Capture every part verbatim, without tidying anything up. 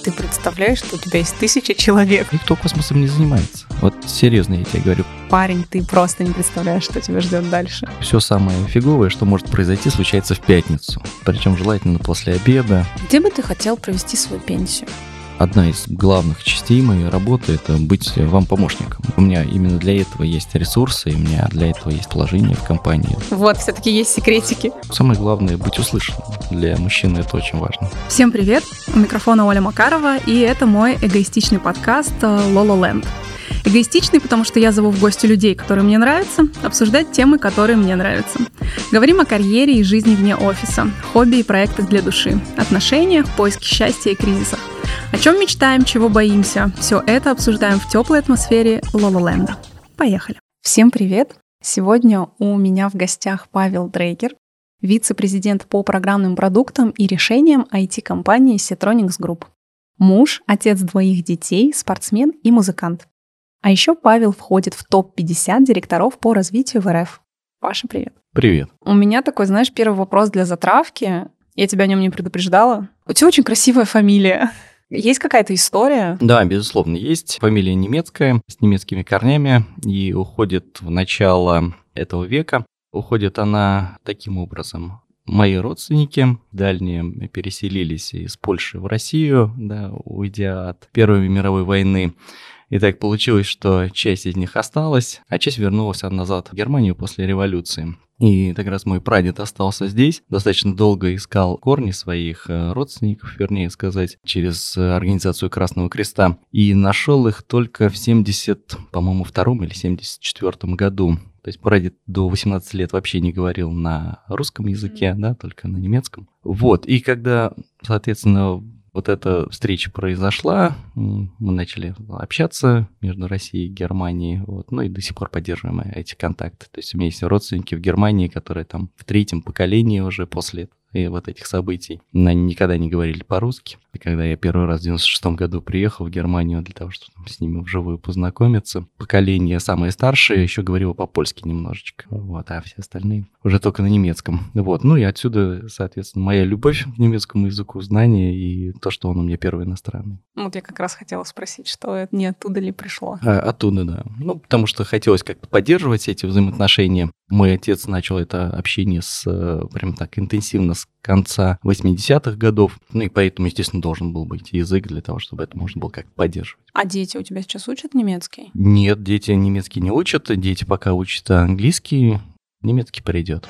ты представляешь, что у тебя есть тысяча человек. Никто космосом не занимается. Вот серьезно я тебе говорю. Парень, ты просто не представляешь, что тебя ждет дальше. Все самое фиговое, что может произойти, случается в пятницу. Причем желательно после обеда. Где бы ты хотел провести свою пенсию? Одна из главных частей моей работы – это быть вам помощником. У меня именно для этого есть ресурсы, и у меня для этого есть положение в компании. Вот, все-таки есть секретики. Самое главное – быть услышанным. Для мужчины это очень важно. Всем привет! У микрофона Оля Макарова, и это мой эгоистичный подкаст «Лололенд». Эгоистичный, потому что я зову в гости людей, которые мне нравятся, обсуждать темы, которые мне нравятся. Говорим о карьере и жизни вне офиса, хобби и проектах для души, отношениях, поиске счастья и кризисах. О чем мечтаем, чего боимся, все это обсуждаем в теплой атмосфере Лололенда. Поехали! Всем привет! Сегодня у меня в гостях Павел Дрейгер, вице-президент по программным продуктам и решениям ай ти-компании Setronics Group. Муж, отец двоих детей, спортсмен и музыкант. А еще Павел входит в топ пятьдесят директоров по развитию в эр эф. Паша, привет. Привет. У меня такой, знаешь, первый вопрос для затравки. Я тебя о нем не предупреждала. У тебя очень красивая фамилия. Есть какая-то история? Да, безусловно, есть. Фамилия немецкая, с немецкими корнями, и уходит в начало этого века. Уходит она таким образом. Мои родственники дальние переселились из Польши в Россию, да, уйдя от Первой мировой войны. И так получилось, что часть из них осталась, а часть вернулась назад в Германию после революции. И как раз мой прадед остался здесь, достаточно долго искал корни своих родственников, вернее сказать, через организацию Красного Креста, и нашел их только в семьдесят, по-моему, втором или семьдесят четвёртом году. То есть прадед до восемнадцати лет вообще не говорил на русском языке, да, только на немецком. Вот, и когда, соответственно, вот эта встреча произошла, мы начали общаться между Россией и Германией, вот, ну и до сих пор поддерживаем эти контакты. То есть у меня есть родственники в Германии, которые там в третьем поколении уже после и вот этих событий. Они никогда не говорили по-русски. И когда я первый раз в девяносто шестом году приехал в Германию для того, чтобы с ними вживую познакомиться, поколение самое старшее еще говорило по-польски немножечко, вот, а все остальные уже только на немецком. Вот. Ну и отсюда, соответственно, моя любовь к немецкому языку, знания и то, что он у меня первый иностранный. Вот я как раз хотела спросить, что это не оттуда ли пришло? А, оттуда, да. Ну, потому что хотелось как-то поддерживать эти взаимоотношения. Мой отец начал это общение с, прям так интенсивно с конца восьмидесятых годов, ну и поэтому, естественно, должен был быть язык для того, чтобы это можно было как-то поддерживать. А дети у тебя сейчас учат немецкий? Нет, дети немецкий не учат, дети пока учат английский, немецкий придет.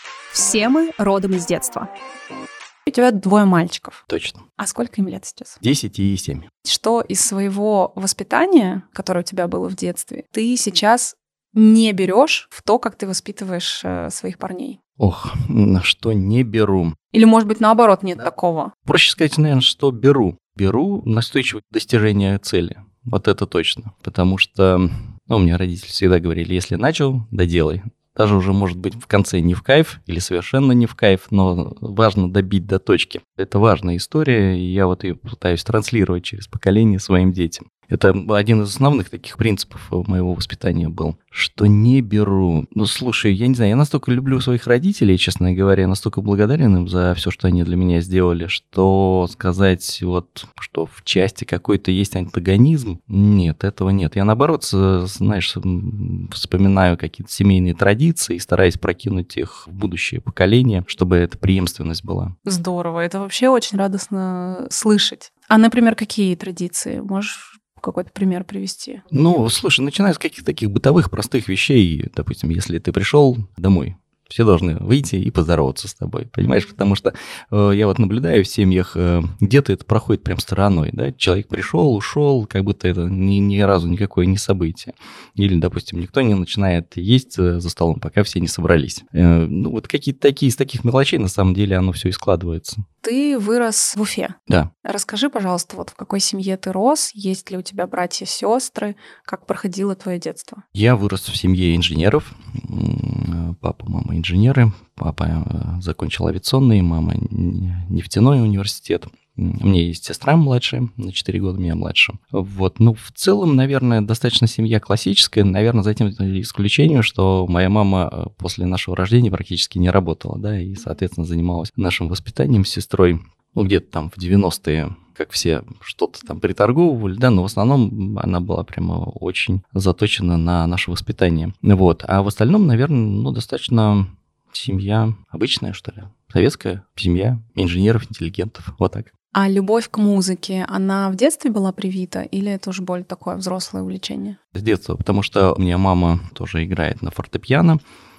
Все мы родом из детства. У тебя двое мальчиков. Точно. А сколько им лет сейчас? десять и семь. Что из своего воспитания, которое у тебя было в детстве, ты сейчас не берешь в то, как ты воспитываешь э, своих парней? Ох, на что не беру. Или, может быть, наоборот, нет такого? Проще сказать, наверное, что беру. Беру настойчивое достижение цели. Вот это точно. Потому что, ну, у меня родители всегда говорили, если начал, доделай. Даже уже, может быть, в конце не в кайф или совершенно не в кайф, но важно добить до точки. Это важная история, и я вот ее пытаюсь транслировать через поколение своим детям. Это один из основных таких принципов моего воспитания был, что не беру. Ну, слушай, я не знаю, я настолько люблю своих родителей, честно говоря, настолько благодарен им за все, что они для меня сделали, что сказать вот, что в части какой-то есть антагонизм, нет, этого нет. Я, наоборот, знаешь, вспоминаю какие-то семейные традиции и стараюсь прокинуть их в будущее поколение, чтобы эта преемственность была. Здорово, это вообще очень радостно слышать. А, например, какие традиции? Можешь какой-то пример привести? Ну, слушай, начиная с каких-то таких бытовых, простых вещей, допустим, если ты пришел домой, все должны выйти и поздороваться с тобой, понимаешь? Потому что э, я вот наблюдаю в семьях, э, где-то это проходит прям стороной, да? Человек пришел, ушел, как будто это ни, ни разу никакое не событие. Или, допустим, никто не начинает есть за столом, пока все не собрались. Э, ну, вот какие-то такие, из таких мелочей, на самом деле, оно все и складывается. Ты вырос в Уфе. Да. Расскажи, пожалуйста, вот в какой семье ты рос, есть ли у тебя братья, сестры, как проходило твое детство? Я вырос в семье инженеров. Папа, мама инженеры. Папа закончил авиационный, мама нефтяной университет. У меня есть сестра младшая, на четыре года меня младше. Вот, ну, в целом, наверное, достаточно семья классическая, наверное, за тем исключением, что моя мама после нашего рождения практически не работала, да, и, соответственно, занималась нашим воспитанием с сестрой. Ну, где-то там в девяностые как все что-то там приторговывали, да, но в основном она была прямо очень заточена на наше воспитание. Вот. А в остальном, наверное, ну, достаточно семья обычная, что ли, советская семья инженеров, интеллигентов, вот так. А любовь к музыке, она в детстве была привита или это уже более такое взрослое увлечение? С детства, потому что у меня мама тоже играет на фортепиано,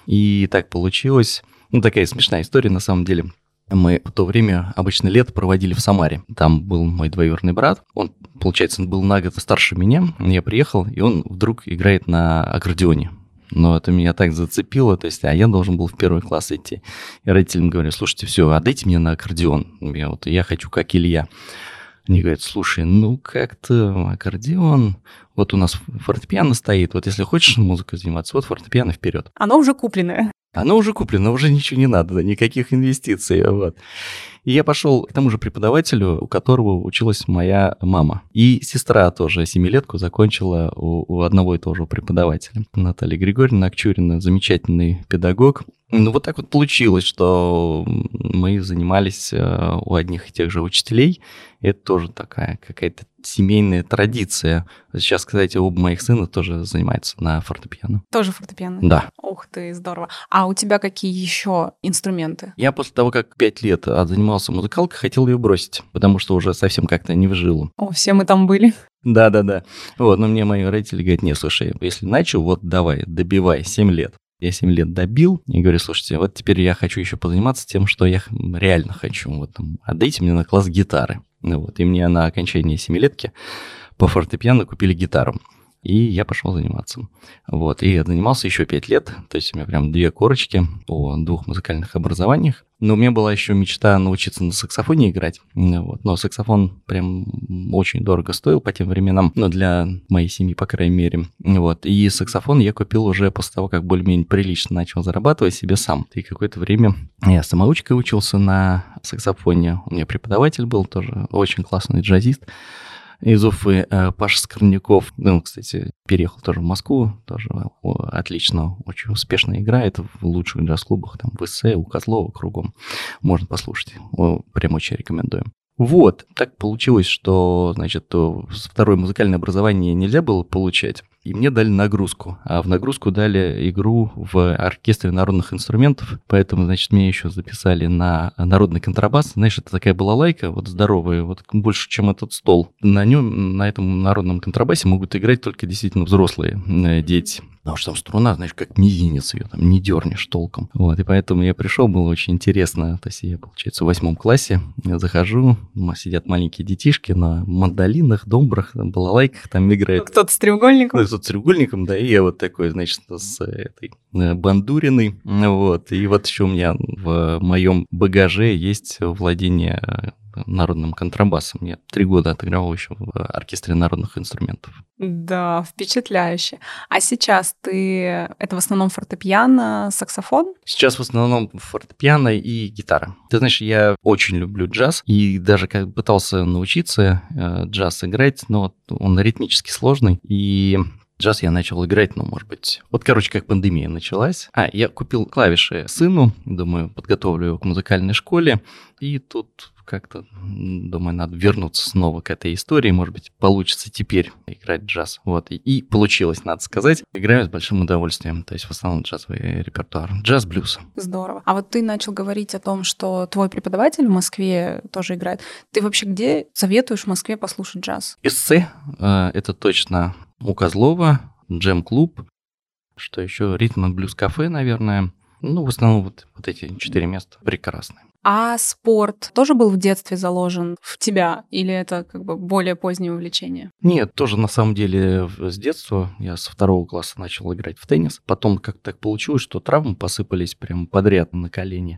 и так получилось, ну, такая смешная история на самом деле. Мы в то время обычно лето проводили в Самаре. Там был мой двоюродный брат. Он, получается, он был на год старше меня. Я приехал, и он вдруг играет на аккордеоне. Но это меня так зацепило, то есть, а я должен был в первый класс идти. И родителям говорю, слушайте, все, отдайте мне на аккордеон. Я, вот, я хочу как Илья. Они говорят, слушай, ну как-то аккордеон, вот у нас фортепиано стоит, вот если хочешь музыкой заниматься, вот фортепиано вперед. Оно уже купленное. Оно уже куплено, уже ничего не надо, никаких инвестиций, вот. И я пошел к тому же преподавателю, у которого училась моя мама. И сестра тоже семилетку закончила у, у одного и того же преподавателя. Наталья Григорьевна Акчурина, замечательный педагог. Ну, вот так вот получилось, что мы занимались у одних и тех же учителей. Это тоже такая какая-то семейная традиция. Сейчас, кстати, оба моих сына тоже занимаются на фортепиано. Тоже фортепиано? Да. Ух ты, здорово. А у тебя какие еще инструменты? Я после того, как пять лет занимался музыкалкой, хотел ее бросить, потому что уже совсем как-то не вжило. О, все мы там были. Да-да-да. Вот, но мне мои родители говорят, не, слушай, если начал, вот давай, добивай, семь лет. Я семь лет добил и говорю, слушайте, вот теперь я хочу еще позаниматься тем, что я реально хочу. Вот, там, отдайте мне на класс гитары. Ну, вот, и мне на окончании семилетки по фортепиано купили гитару. И я пошел заниматься. Вот. И я занимался еще пять лет. То есть у меня прям две корочки по двух музыкальных образованиях. Но у меня была еще мечта научиться на саксофоне играть. Вот. Но саксофон прям очень дорого стоил по тем временам. Ну, для моей семьи, по крайней мере. Вот. И саксофон я купил уже после того, как более-менее прилично начал зарабатывать себе сам. И какое-то время я самоучкой учился на саксофоне. У меня преподаватель был тоже очень классный джазист из Уфы, Паша Скорняков. Ну, кстати, переехал тоже в Москву, тоже отлично, очень успешно играет в лучших джаз-клубах, там, в эссе, у Козлова, кругом. Можно послушать, прям очень рекомендую. Вот, так получилось, что, значит, второе музыкальное образование нельзя было получать, и мне дали нагрузку, а в нагрузку дали игру в оркестре народных инструментов, поэтому, значит, меня еще записали на народный контрабас. Знаешь, это такая балалайка, вот здоровая, вот больше, чем этот стол. На нем, на этом народном контрабасе могут играть только действительно взрослые дети. Потому что там струна, знаешь, как мизинец ее, там не дернешь толком. Вот, и поэтому я пришел, было очень интересно. То есть я, получается, в восьмом классе я захожу, сидят маленькие детишки на мандолинах, домбрах, балалайках там играют. Кто-то с треугольником. Ну, с треугольником, да, и я вот такой, значит, с этой бандуриной. Вот, и вот еще у меня в моем багаже есть владение народным контрабасом. Я три года отыграл еще в оркестре народных инструментов. Да, впечатляюще. А сейчас ты... Это в основном фортепиано, саксофон? Сейчас в основном фортепиано и гитара. Ты знаешь, я очень люблю джаз, и даже как пытался научиться джаз играть, но он ритмически сложный, и... Джаз я начал играть, ну, может быть... Вот, короче, как пандемия началась. А, я купил клавиши сыну, думаю, подготовлю его к музыкальной школе. И тут как-то, думаю, надо вернуться снова к этой истории. Может быть, получится теперь играть джаз. Вот, и, и получилось, надо сказать. Играю с большим удовольствием. То есть, в основном джазовый репертуар. Джаз-блюз. Здорово. А вот ты начал говорить о том, что твой преподаватель в Москве тоже играет. Ты вообще где советуешь в Москве послушать джаз? Эссе, э, это точно... У Козлова, джем-клуб, что еще, ритм и блюз-кафе, наверное. Ну, в основном вот, вот эти четыре места прекрасные. А спорт тоже был в детстве заложен в тебя? Или это как бы более позднее увлечение? Нет, тоже на самом деле с детства. Я со второго класса начал играть в теннис. Потом как-то так получилось, что травмы посыпались прям подряд на колени.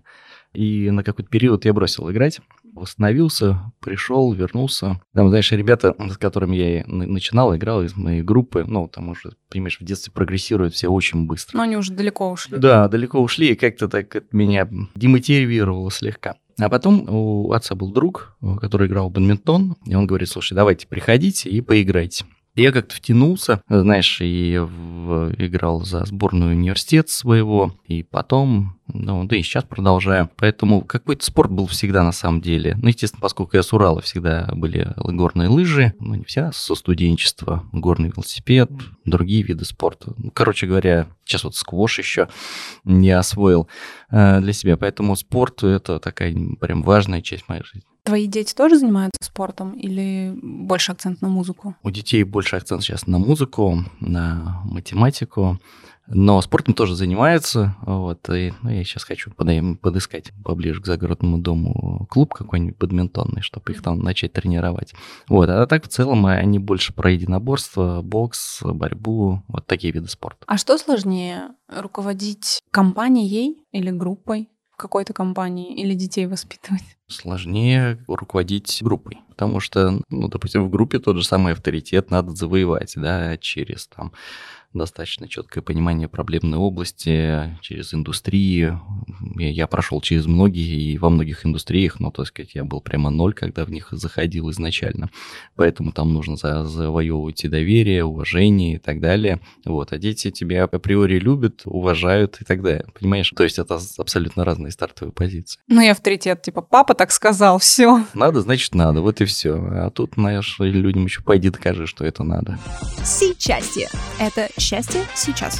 И на какой-то период я бросил играть. Восстановился, пришел, вернулся. Там, знаешь, ребята, с которыми я начинал, играл из моей группы, ну, там уже, понимаешь, в детстве прогрессируют все очень быстро. Но они уже далеко ушли. Да, далеко ушли, и как-то так это меня демотивировало слегка. А потом у отца был друг, который играл в бадминтон, и он говорит, слушай, давайте приходите и поиграйте. Я как-то втянулся, знаешь, и в... играл за сборную университета своего, и потом Ну, да и сейчас продолжаю. Поэтому какой-то спорт был всегда на самом деле. Ну, естественно, поскольку я с Урала, всегда были горные лыжи, ну, не всегда, со студенчества, горный велосипед, другие виды спорта. Ну, короче говоря, сейчас вот сквош еще не освоил э, для себя. Поэтому спорт – это такая прям важная часть моей жизни. Твои дети тоже занимаются спортом или больше акцент на музыку? У детей больше акцент сейчас на музыку, на математику, но спортом тоже занимаются. Вот, и ну, я сейчас хочу под, подыскать поближе к загородному дому клуб какой-нибудь бадминтонный, чтобы их там начать тренировать. Вот, а так в целом они больше про единоборство, бокс, борьбу, вот такие виды спорта. А что сложнее, руководить компанией или группой в какой-то компании или детей воспитывать? Сложнее руководить группой, потому что, ну, допустим, в группе тот же самый авторитет надо завоевать, да, через там достаточно четкое понимание проблемной области, через индустрии. Я, я прошел через многие, и во многих индустриях, но, так сказать, я был прямо ноль, когда в них заходил изначально. Поэтому там нужно за, завоевывать и доверие, уважение и так далее. Вот. А дети тебя априори любят, уважают и так далее. Понимаешь? То есть это абсолютно разные стартовые позиции. Ну и авторитет, типа, папа так сказал, все. Надо, значит, надо, вот и все. А тут, знаешь, людям еще пойди докажи, что это надо. Счастье. Это счастье сейчас.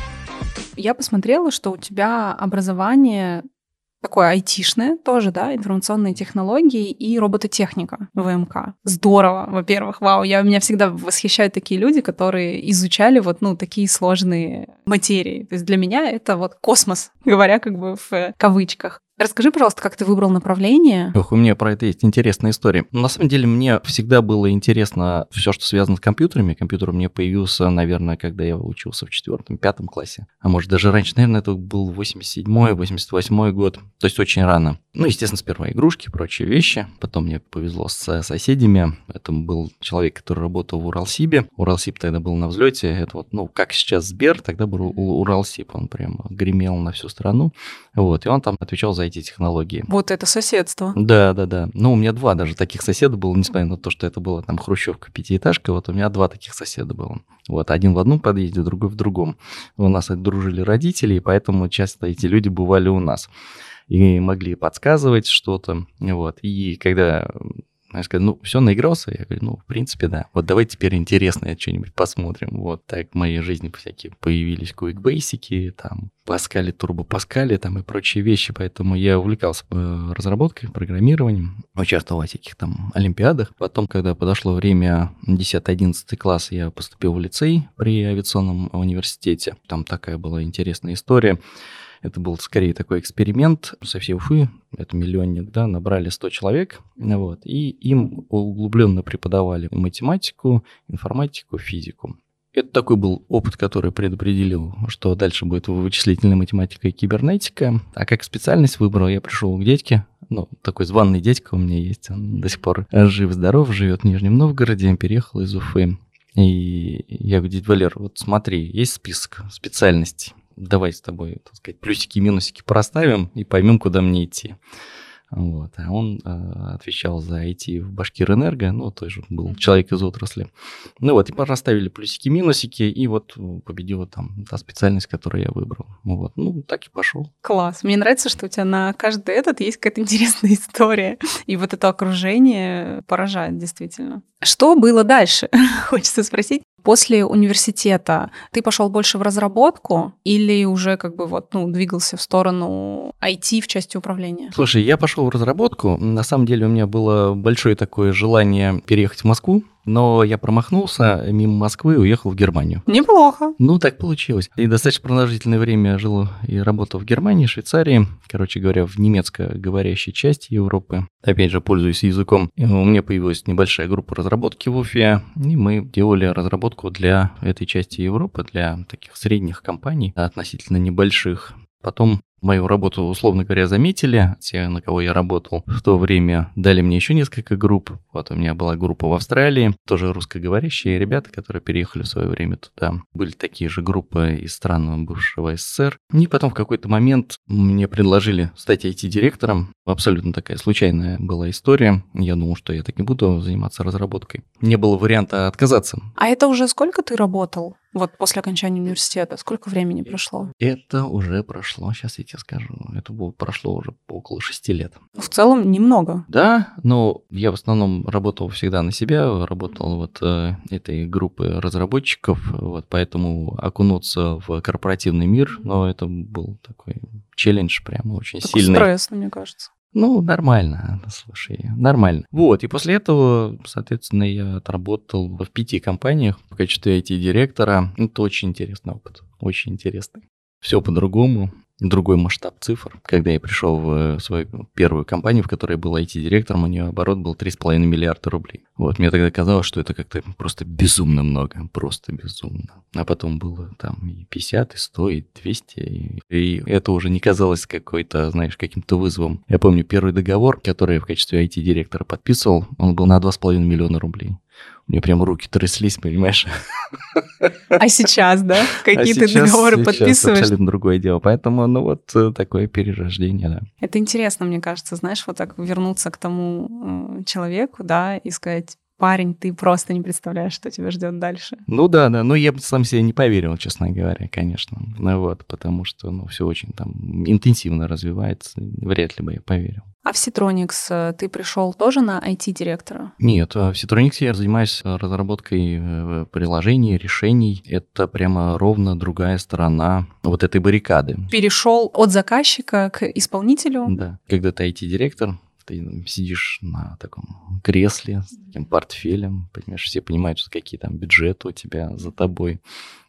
Я посмотрела, что у тебя образование такое айтишное тоже, да, информационные технологии и робототехника, ВМК. Здорово, во-первых, вау, я, меня всегда восхищают такие люди, которые изучали вот, ну, такие сложные материи. То есть для меня это вот космос, говоря как бы в кавычках. Расскажи, пожалуйста, как ты выбрал направление? Ох, у меня про это есть интересная история. На самом деле, мне всегда было интересно все, что связано с компьютерами. Компьютер у меня появился, наверное, когда я учился в четвертом, пятом классе. А может, даже раньше, наверное, это был восемьдесят седьмой, восемьдесят восьмой год. То есть очень рано. Ну, естественно, сперва игрушки, прочие вещи. Потом мне повезло с соседями. Это был человек, который работал в Уралсибе. Уралсиб тогда был на взлете. Это вот, ну, как сейчас Сбер, тогда был Уралсиб. Он прямо гремел на всю страну. Вот, и он там отвечал за эти технологии. Вот это соседство. Да, да, да. Ну, у меня два даже таких соседа было, несмотря на то, что это была там хрущевка, пятиэтажка, вот у меня два таких соседа было. Вот, один в одном подъезде, другой в другом. У нас дружили родители, и поэтому часто эти люди бывали у нас. И могли подсказывать что-то, вот. И когда... Я сказал, ну, все, наигрался? Я говорю, ну, в принципе, да. Вот давай теперь интересное что-нибудь посмотрим. Вот так в моей жизни всякие появились куикбейсики, там, Паскали, турбо-паскали, там и прочие вещи. Поэтому я увлекался разработкой, программированием, участвовал во всяких там олимпиадах. Потом, когда подошло время десятый-одиннадцатый класс, я поступил в лицей при авиационном университете. Там такая была интересная история. Это был скорее такой эксперимент со всей Уфы, это миллионник, да, набрали сто человек, вот, и им углубленно преподавали математику, информатику, физику. Это такой был опыт, который предопределил, что дальше будет вычислительная математика и кибернетика. А как специальность выбрал, я пришел к дядьке, ну, такой званый дядька у меня есть, он до сих пор жив-здоров, живет в Нижнем Новгороде, переехал из Уфы. И я говорю, дядь Валер, вот смотри, есть список специальностей. Давай с тобой, так сказать, плюсики и минусики проставим и поймем, куда мне идти. Вот. А он э, отвечал за ай ти в Башкирэнерго, ну, тоже был человек из отрасли. Ну вот, и расставили плюсики и минусики, и вот победила там та специальность, которую я выбрал. Вот. Ну, так и пошел. Класс. Мне нравится, что у тебя на каждый этот есть какая-то интересная история. И вот это окружение поражает действительно. Что было дальше? Хочется спросить. После университета ты пошел больше в разработку или уже как бы вот, ну, двигался в сторону ай ти в части управления? Слушай, я пошел в разработку. На самом деле у меня было большое такое желание переехать в Москву, но я промахнулся мимо Москвы и уехал в Германию. Неплохо. Ну, так получилось. И достаточно продолжительное время жил и работал в Германии, Швейцарии, короче говоря, в немецкоговорящей части Европы. Опять же, пользуясь языком, у меня появилась небольшая группа разработки в Уфе, и мы делали разработку для этой части Европы, для таких средних компаний, относительно небольших. Потом мою работу, условно говоря, заметили, те, на кого я работал в то время, дали мне еще несколько групп. Вот у меня была группа в Австралии, тоже русскоговорящие ребята, которые переехали в свое время туда. Были такие же группы из стран бывшего эс эс эс эр. И потом в какой-то момент мне предложили стать ай ти-директором. Абсолютно такая случайная была история. Я думал, что я так и буду заниматься разработкой. Не было варианта отказаться. А это уже сколько ты работал? Вот после окончания университета. Сколько времени прошло? Это уже прошло, сейчас я тебе скажу. Это было, прошло уже около шести лет. В целом немного. Да, но я в основном работал всегда на себя, работал вот э, этой группы разработчиков, вот, поэтому окунуться в корпоративный мир, но это был такой челлендж прямо очень Такой сильный. Стрессный, мне кажется. Ну, нормально, слушай, нормально. Вот, и после этого, соответственно, я отработал в пяти компаниях в качестве ай ти-директора. Это очень интересный опыт, очень интересный. Все по-другому, другой масштаб цифр. Когда я пришел в свою первую компанию, в которой был ай ти-директором, у нее оборот был три с половиной миллиарда рублей. Вот, мне тогда казалось, что это как-то просто безумно много, просто безумно. А потом было там и пятьдесят, и сто, и двести, и, и это уже не казалось какой-то, знаешь, каким-то вызовом. Я помню первый договор, который я в качестве ай ти-директора подписывал, он был на два с половиной миллиона рублей. У меня прям руки тряслись, понимаешь? А сейчас, да? Какие а ты сейчас, договоры сейчас подписываешь? абсолютно другое дело. Поэтому, ну вот такое перерождение, да. Это интересно, мне кажется, знаешь, вот так вернуться к тому э, человеку, да, и сказать: парень, ты просто не представляешь, что тебя ждет дальше. Ну да, да, но я бы сам себе не поверил, честно говоря, конечно. Ну вот, потому что, ну, все очень там интенсивно развивается, вряд ли бы я поверил. А в Citronics ты пришел тоже на ай ти-директора? Нет, в Citronics я занимаюсь разработкой приложений, решений. Это прямо ровно другая сторона вот этой баррикады. Перешел от заказчика к исполнителю? Да. Когда ты ай ти-директор, ты сидишь на таком кресле с таким портфелем, понимаешь, все понимают, что какие там бюджеты у тебя за тобой.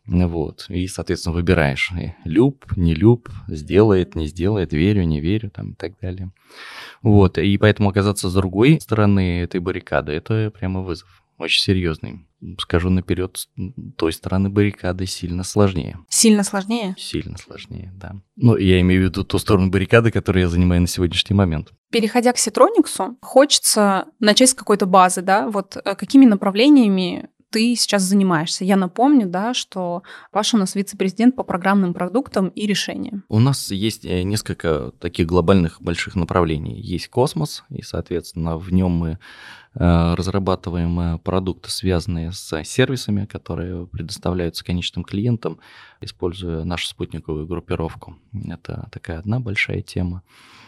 Вот. И, соответственно, выбираешь, люб, не люб, сделает, не сделает, верю, не верю, там, и так далее. Вот. И поэтому оказаться с другой стороны этой баррикады – это прямо вызов. Очень серьезный. Скажу наперед, с той стороны баррикады сильно сложнее. Сильно сложнее? Сильно сложнее, да. Ну, я имею в виду ту сторону баррикады, которую я занимаю на сегодняшний момент. Переходя к Citronics, хочется начать с какой-то базы, да? Вот какими направлениями ты сейчас занимаешься? Я напомню, да, что Паша у нас вице-президент по программным продуктам и решениям. У нас есть несколько таких глобальных больших направлений. Есть космос, и, соответственно, в нем мы разрабатываем продукты, связанные с сервисами, которые предоставляются конечным клиентам, используя нашу спутниковую группировку. Это такая одна большая тема.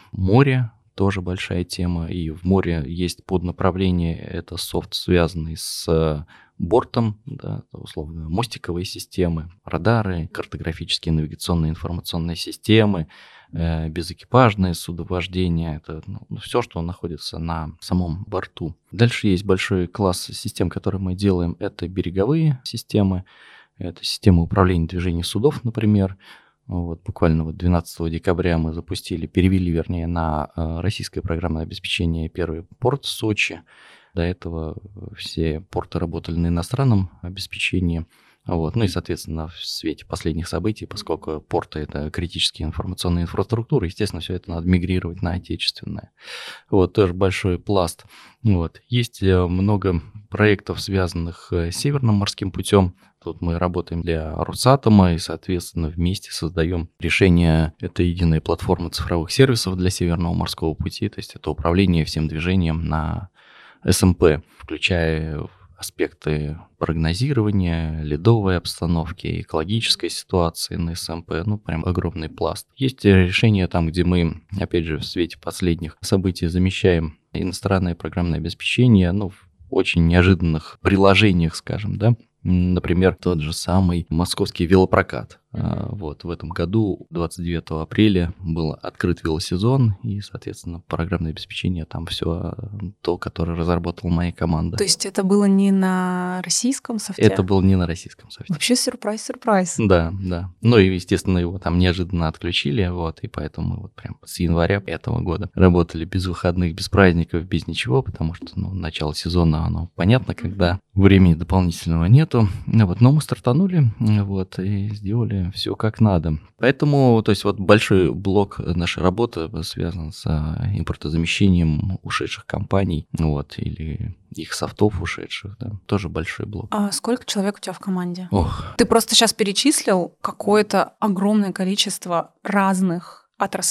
Море тоже большая тема, и в море есть поднаправление, это софт, связанный с бортом, да, условно, мостиковые системы, радары, картографические навигационные информационные системы, э, безэкипажное судовождение, это ну, все, что находится на самом борту. Дальше есть большой класс систем, которые мы делаем, это береговые системы, это системы управления движением судов, например. Вот, буквально вот двенадцатого декабря мы запустили, перевели, вернее, на российское программное обеспечение первый порт Сочи. До этого все порты работали на иностранном обеспечении. Вот. Ну и, соответственно, в свете последних событий, поскольку порты – это критические информационные инфраструктуры, естественно, все это надо мигрировать на отечественное. Вот, тоже большой пласт. Вот. Есть много проектов, связанных с Северным морским путем. Тут мы работаем для Росатома и, соответственно, вместе создаем решение этой единой платформы цифровых сервисов для Северного морского пути. То есть это управление всем движением на эс эм пэ, включая аспекты прогнозирования, ледовой обстановки, экологической ситуации на эс эм пэ, ну, прям огромный пласт. Есть решения там, где мы, опять же, в свете последних событий замещаем иностранное программное обеспечение, ну, в очень неожиданных приложениях, скажем, да. Например, тот же самый московский велопрокат. Вот в этом году, двадцать девятого апреля, был открыт велосезон, и, соответственно, программное обеспечение там все то, которое разработала моя команда. То есть это было не на российском софте? Это было не на российском софте. Вообще сюрприз-сюрприз. Да, да. Ну и, естественно, его там неожиданно отключили, вот, и поэтому мы вот прям с января этого года работали без выходных, без праздников, без ничего, потому что, ну, начало сезона, оно понятно, когда времени дополнительного нету. Вот, но мы стартанули, вот, и сделали все как надо. Поэтому, то есть, вот большой блок нашей работы связан с импортозамещением ушедших компаний, вот, или их софтов ушедших, да, тоже большой блок. А сколько человек у тебя в команде? Ох. Ты просто сейчас перечислил какое-то огромное количество разных отраслей,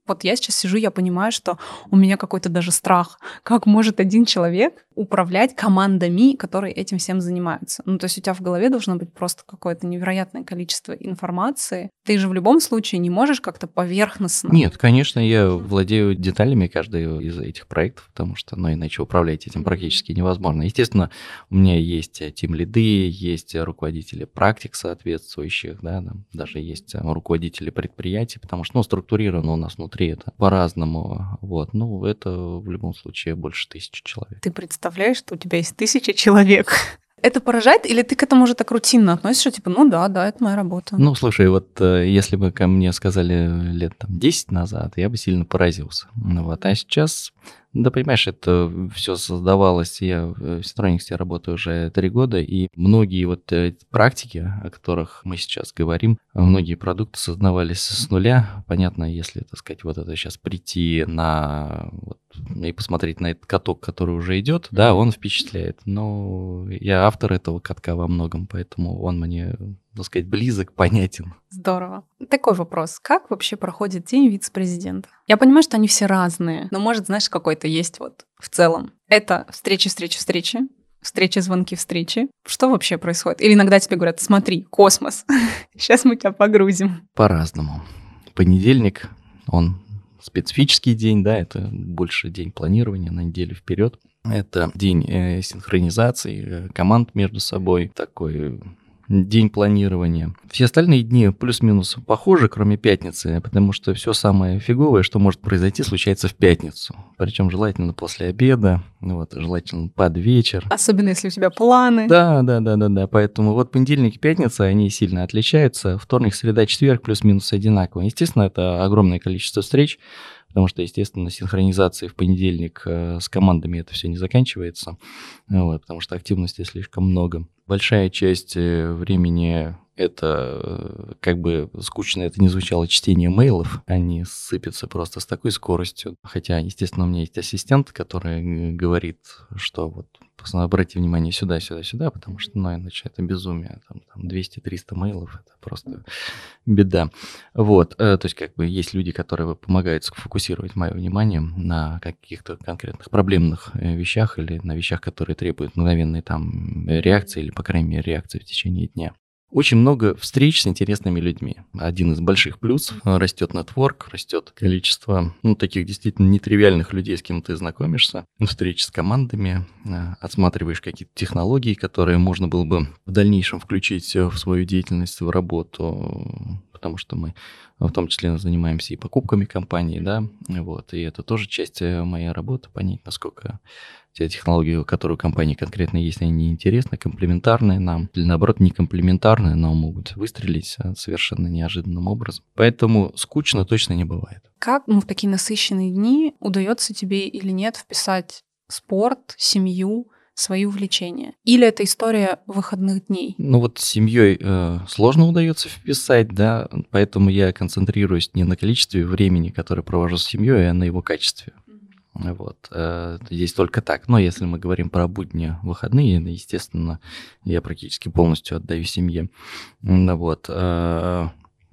Вот я сейчас сижу, я понимаю, что у меня какой-то даже страх. Как может один человек управлять командами, которые этим всем занимаются? Ну, то есть у тебя в голове должно быть просто какое-то невероятное количество информации. Ты же в любом случае не можешь как-то поверхностно... Нет, конечно, я владею деталями каждого из этих проектов, потому что, ну, иначе управлять этим практически невозможно. Естественно, у меня есть тимлиды, есть руководители практик соответствующих, да, там даже есть руководители предприятий, потому что, ну, структурировано у нас внутри это по-разному. Вот, ну, это в любом случае больше тысячи человек. Ты представляешь, что у тебя есть тысяча человек? Это поражает, или ты к этому уже так рутинно относишься, типа, ну да, да, это моя работа? Ну, слушай, вот если бы ко мне сказали лет там десять назад, я бы сильно поразился. Ну, вот, а сейчас, да, понимаешь, это все создавалось, я в Ситрониксе работаю уже три года, и многие вот практики, о которых мы сейчас говорим, многие продукты создавались с нуля. Понятно, если, так сказать, вот это сейчас прийти на... Вот, и посмотреть на этот каток, который уже идет, да, он впечатляет. Но я автор этого катка во многом, поэтому он мне, так сказать, близок, понятен. Здорово. Такой вопрос. Как вообще проходит день вице-президента? Я понимаю, что они все разные, но, может, знаешь, какой-то есть вот в целом. Это встречи, встречи, встречи, встречи, звонки, встречи. Что вообще происходит? Или иногда тебе говорят, смотри, космос, сейчас мы тебя погрузим. По-разному. Понедельник, он... специфический день, да, это больше день планирования на неделю вперед. Это день э, синхронизации э, команд между собой, такой день планирования. Все остальные дни плюс-минус похожи, кроме пятницы, потому что все самое фиговое, что может произойти, случается в пятницу. Причем желательно после обеда, вот, желательно под вечер. Особенно если у тебя планы. Да, да, да, да, да. Поэтому вот понедельник и пятница, они сильно отличаются. Вторник, среда, четверг плюс-минус одинаково. Естественно, это огромное количество встреч, потому что, естественно, синхронизации в понедельник э, с командами это все не заканчивается, вот, потому что активности слишком много. Большая часть времени это, как бы скучно это не звучало, чтение мейлов, они сыпятся просто с такой скоростью. Хотя, естественно, у меня есть ассистент, который говорит, что вот обрати внимание сюда, сюда, сюда, потому что, ну, иначе это безумие. Там, там двести-триста мейлов, это просто беда. Вот, то есть, как бы, есть люди, которые помогают сфокусировать мое внимание на каких-то конкретных проблемных вещах или на вещах, которые требуют мгновенной там реакции или, по крайней мере, реакции в течение дня. Очень много встреч с интересными людьми. Один из больших плюсов – растет нетворк, растет количество, ну, таких действительно нетривиальных людей, с кем ты знакомишься. Встречи с командами, отсматриваешь какие-то технологии, которые можно было бы в дальнейшем включить в свою деятельность, в работу, потому что мы в том числе занимаемся и покупками компаний, да, вот, и это тоже часть моей работы, понять, насколько те технологии, которые у компании конкретно есть, они интересны, комплементарные нам, или наоборот, не комплементарные, но могут выстрелить совершенно неожиданным образом. Поэтому скучно точно не бывает. Как, ну, в такие насыщенные дни удается тебе или нет вписать спорт, семью, свои увлечения? Или это история выходных дней? Ну вот с семьей э, сложно удается вписать, да, поэтому я концентрируюсь не на количестве времени, которое провожу с семьей, а на его качестве. Mm-hmm. Вот. Э, здесь только так. Но если мы говорим про будни, выходные, естественно, я практически полностью отдаю семье. Вот. Э,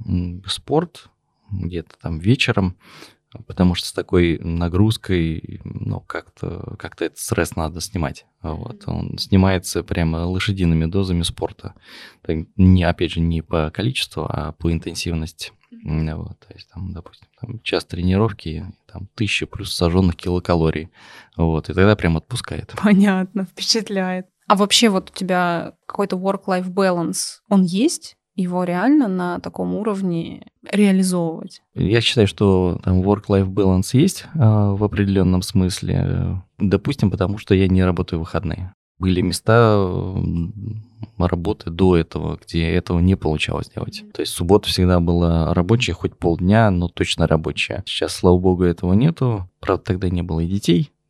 спорт где-то там вечером, потому что с такой нагрузкой, ну, как-то, как-то этот стресс надо снимать. Вот. Он снимается прямо лошадиными дозами спорта. Так, не, опять же, не по количеству, а по интенсивности. Вот. То есть, там, допустим, там, час тренировки, там, тысяча плюс сожженных килокалорий. Вот. И тогда прям отпускает. Понятно, впечатляет. А вообще вот у тебя какой-то work-life balance, он есть? Его реально на таком уровне реализовывать? Я считаю, что там work-life balance есть э, в определенном смысле. Допустим, потому что я не работаю в выходные. Были места работы до этого, где этого не получалось делать. Mm-hmm. То есть суббота всегда была рабочая, хоть полдня, но точно рабочая. Сейчас, слава богу, этого нету. Правда, тогда не было и детей.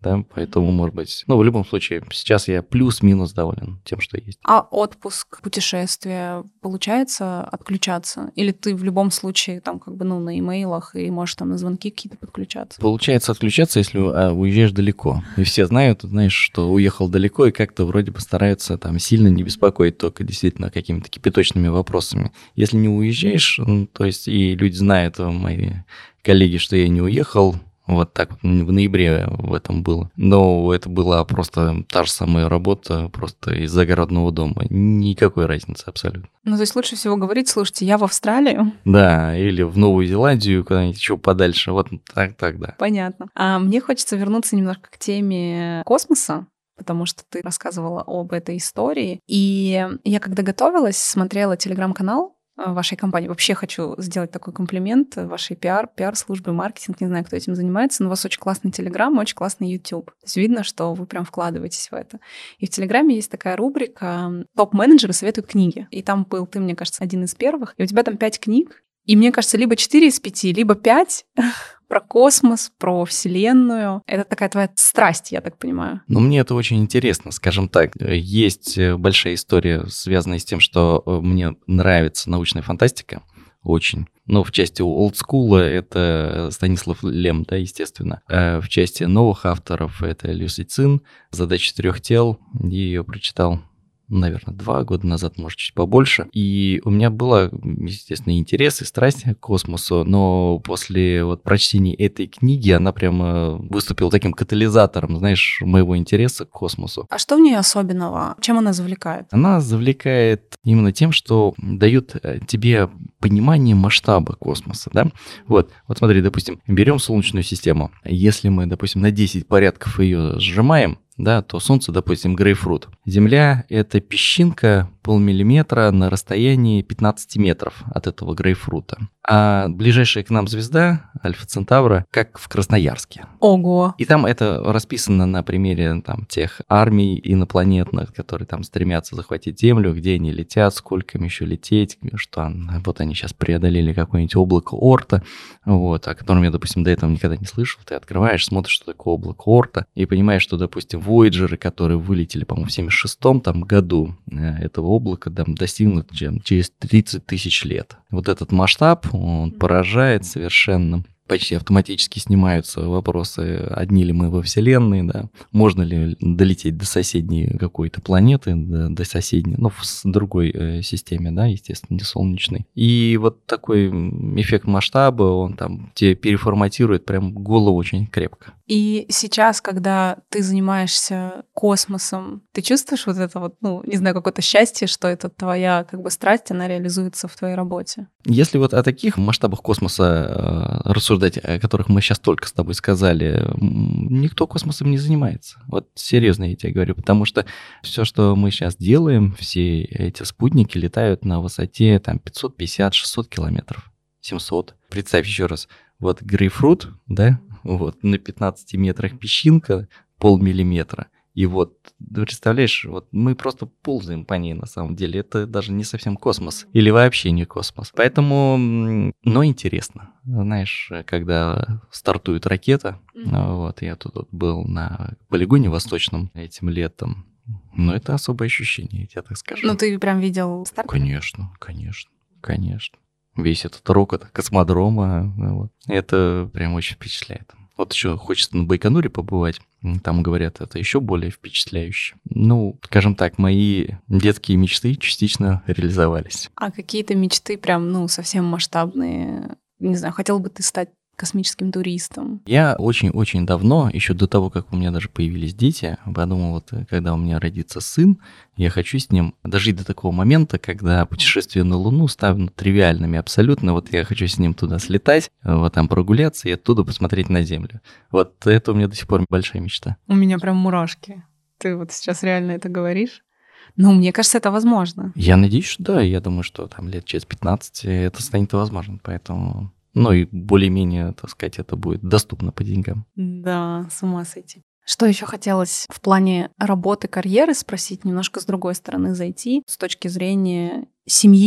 да, поэтому, может быть, ну, в любом случае, сейчас я плюс-минус доволен тем, что есть. А отпуск, путешествия, получается отключаться? Или ты в любом случае там как бы, ну, на имейлах и можешь там на звонки какие-то подключаться? Получается отключаться, если а, уезжаешь далеко. И все знают, знаешь, что уехал далеко, и как-то вроде бы стараются там сильно не беспокоить только действительно какими-то кипяточными вопросами. Если не уезжаешь, ну, то есть и люди знают, мои коллеги, что я не уехал, вот так в ноябре в этом было. Но это была просто та же самая работа, просто из загородного дома. Никакой разницы абсолютно. Ну, то есть лучше всего говорить, слушайте, я в Австралию. Да, или в Новую Зеландию, куда-нибудь еще подальше. Вот так, так, да. Понятно. А мне хочется вернуться немножко к теме космоса, потому что ты рассказывала об этой истории. И я, когда готовилась, смотрела телеграм-канал вашей компании. Вообще хочу сделать такой комплимент вашей пиар, пиар-службе, маркетинг, не знаю, кто этим занимается, но у вас очень классный Телеграм, очень классный YouTube. То есть видно, что вы прям вкладываетесь в это. И в Телеграме есть такая рубрика «Топ-менеджеры советуют книги». И там был ты, мне кажется, один из первых. И у тебя там пять книг. И мне кажется, либо четыре из пяти, либо пять про космос, про Вселенную. Это такая твоя страсть, я так понимаю. Ну, мне это очень интересно, скажем так. Есть большая история, связанная с тем, что мне нравится научная фантастика. Очень. Но в части олдскула это Станислав Лем, да, естественно. А в части новых авторов это Люси Цин, «Задача трех тел». Я ее прочитал, наверное, два года назад, может, чуть побольше. И у меня было, естественно, интерес и страсть к космосу, но после вот прочтения этой книги она прямо выступила таким катализатором, знаешь, моего интереса к космосу. А что в ней особенного? Чем она завлекает? Она завлекает именно тем, что дает тебе понимание масштаба космоса, да? Вот, вот смотри, допустим, берем Солнечную систему. Если мы, допустим, на десять порядков ее сжимаем, да, то Солнце, допустим, грейпфрут. Земля – это песчинка полмиллиметра на расстоянии пятнадцать метров от этого грейпфрута. А ближайшая к нам звезда, Альфа Центавра, как в Красноярске. Ого! И там это расписано на примере там, тех армий инопланетных, которые там стремятся захватить Землю, где они летят, сколько им еще лететь, что вот они сейчас преодолели какое-нибудь облако Оорта, вот, о котором я, допустим, до этого никогда не слышал. Ты открываешь, смотришь, что такое облако Оорта, и понимаешь, что, допустим, Вояджеры, которые вылетели, по-моему, в семьдесят шестом там, году, этого облака там, достигнут через тридцать тысяч лет. Вот этот масштаб, он поражает совершенно. Почти автоматически снимаются вопросы, одни ли мы во Вселенной, да, можно ли долететь до соседней какой-то планеты, до, до соседней, ну, в другой э, системе, да, естественно, не солнечной. И вот такой эффект масштаба, он там тебе переформатирует прям голову очень крепко. И сейчас, когда ты занимаешься космосом, ты чувствуешь вот это вот, ну, не знаю, какое-то счастье, что это твоя как бы страсть, она реализуется в твоей работе? Если вот о таких масштабах космоса э, рассуждать, о которых мы сейчас только с тобой сказали, никто космосом не занимается. Вот серьезно я тебе говорю, потому что все, что мы сейчас делаем, все эти спутники летают на высоте там пятьсот пятьдесят шестьсот километров, семьсот. Представь еще раз, вот грейпфрут, да, вот на пятнадцати метрах песчинка, полмиллиметра. И вот, представляешь, вот мы просто ползаем по ней на самом деле. Это даже не совсем космос. Или вообще не космос. Поэтому, но интересно. Знаешь, когда стартует ракета, mm-hmm. вот, я тут вот был на полигоне восточном этим летом. Но это особое ощущение, я тебе так скажу. Ну, ты прям видел старт? Конечно, конечно, конечно. Весь этот рокот космодрома, вот, это прям очень впечатляет. Вот еще хочется на Байконуре побывать. Там, говорят, это еще более впечатляюще. Ну, скажем так, мои детские мечты частично реализовались. А какие-то мечты прям, ну, совсем масштабные? Не знаю, хотел бы ты стать космическим туристом? Я очень-очень давно, еще до того, как у меня даже появились дети, подумал, вот когда у меня родится сын, я хочу с ним дожить до такого момента, когда путешествия на Луну станут тривиальными абсолютно. Вот я хочу с ним туда слетать, вот там прогуляться и оттуда посмотреть на Землю. Вот это у меня до сих пор большая мечта. У меня прям мурашки. Ты вот сейчас реально это говоришь? Ну, мне кажется, это возможно. Я надеюсь, что да. Я думаю, что там лет через пятнадцать это станет возможным, поэтому... Ну и более-менее, так сказать, это будет доступно по деньгам. Да, с ума сойти. Что еще хотелось в плане работы, карьеры спросить, немножко с другой стороны зайти, с точки зрения семьи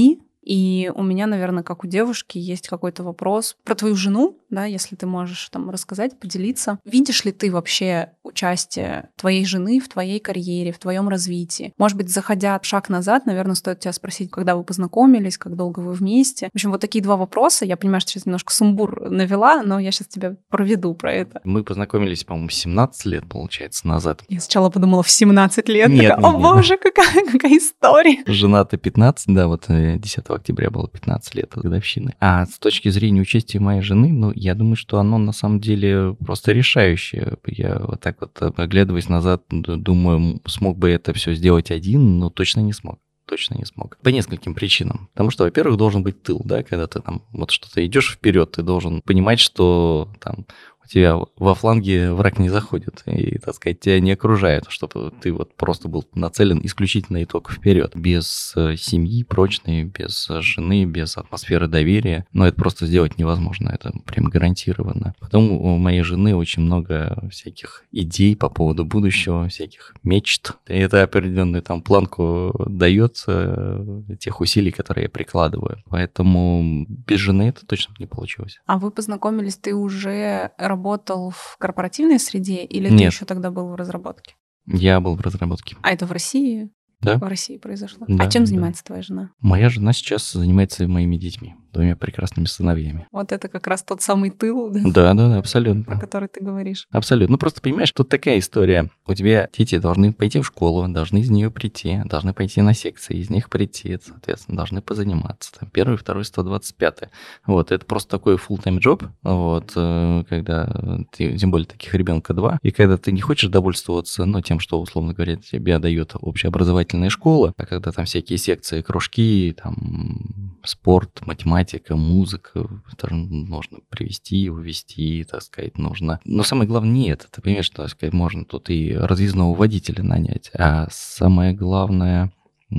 И у меня, наверное, как у девушки, есть какой-то вопрос про твою жену, да, если ты можешь там рассказать, поделиться. Видишь ли ты вообще участие твоей жены в твоей карьере, в твоем развитии? Может быть, заходя шаг назад, наверное, стоит тебя спросить, когда вы познакомились, как долго вы вместе. В общем, вот такие два вопроса. Я понимаю, что сейчас немножко сумбур навела, но я сейчас тебя проведу про это. Мы познакомились, по-моему, семнадцать лет, получается, назад. Я сначала подумала, в семнадцать лет. Нет, такая, нет, О нет. боже, какая, какая история. Женаты пятнадцать, да, вот десятого октября было пятнадцать лет от годовщины. А с точки зрения участия моей жены, ну, я думаю, что оно на самом деле просто решающее. Я вот так вот, оглядываясь назад, думаю, смог бы это все сделать один, но точно не смог. Точно не смог. По нескольким причинам. Потому что, во-первых, должен быть тыл, да, когда ты там вот что-то идешь вперед, ты должен понимать, что там у тебя во фланге враг не заходит и, так сказать, тебя не окружает, чтобы ты вот просто был нацелен исключительно и только вперед. Без семьи прочной, без жены, без атмосферы доверия. Но это просто сделать невозможно, это прям гарантированно. Потом у моей жены очень много всяких идей по поводу будущего, всяких мечт. И это определенную там планку дает тех усилий, которые я прикладываю. Поэтому без жены это точно не получилось. А вы познакомились, ты уже работал в корпоративной среде или Нет. ты еще тогда был в разработке? Я был в разработке. А это в России? Да. В России произошло. Да, а чем да. занимается твоя жена? Моя жена сейчас занимается моими детьми, двумя прекрасными сыновьями. Вот это как раз тот самый тыл, да, Да, да, да, про абсолютно. который ты говоришь. Абсолютно. Ну, просто понимаешь, тут такая история. У тебя дети должны пойти в школу, должны из нее прийти, должны пойти на секции, из них прийти, соответственно, должны позаниматься. Там, первый, второй, сто двадцать пятый. Вот, это просто такой full-time job, вот, э, когда, ты, тем более, таких ребенка два, и когда ты не хочешь довольствоваться, ну, тем, что, условно говоря, тебе дает общеобразовательная школа, а когда там всякие секции, кружки, там, спорт, математика, музыка, это нужно привести, увести, так сказать, нужно. Но самое главное не это. Ты понимаешь, что, так сказать, можно тут и разъездного водителя нанять, а самое главное,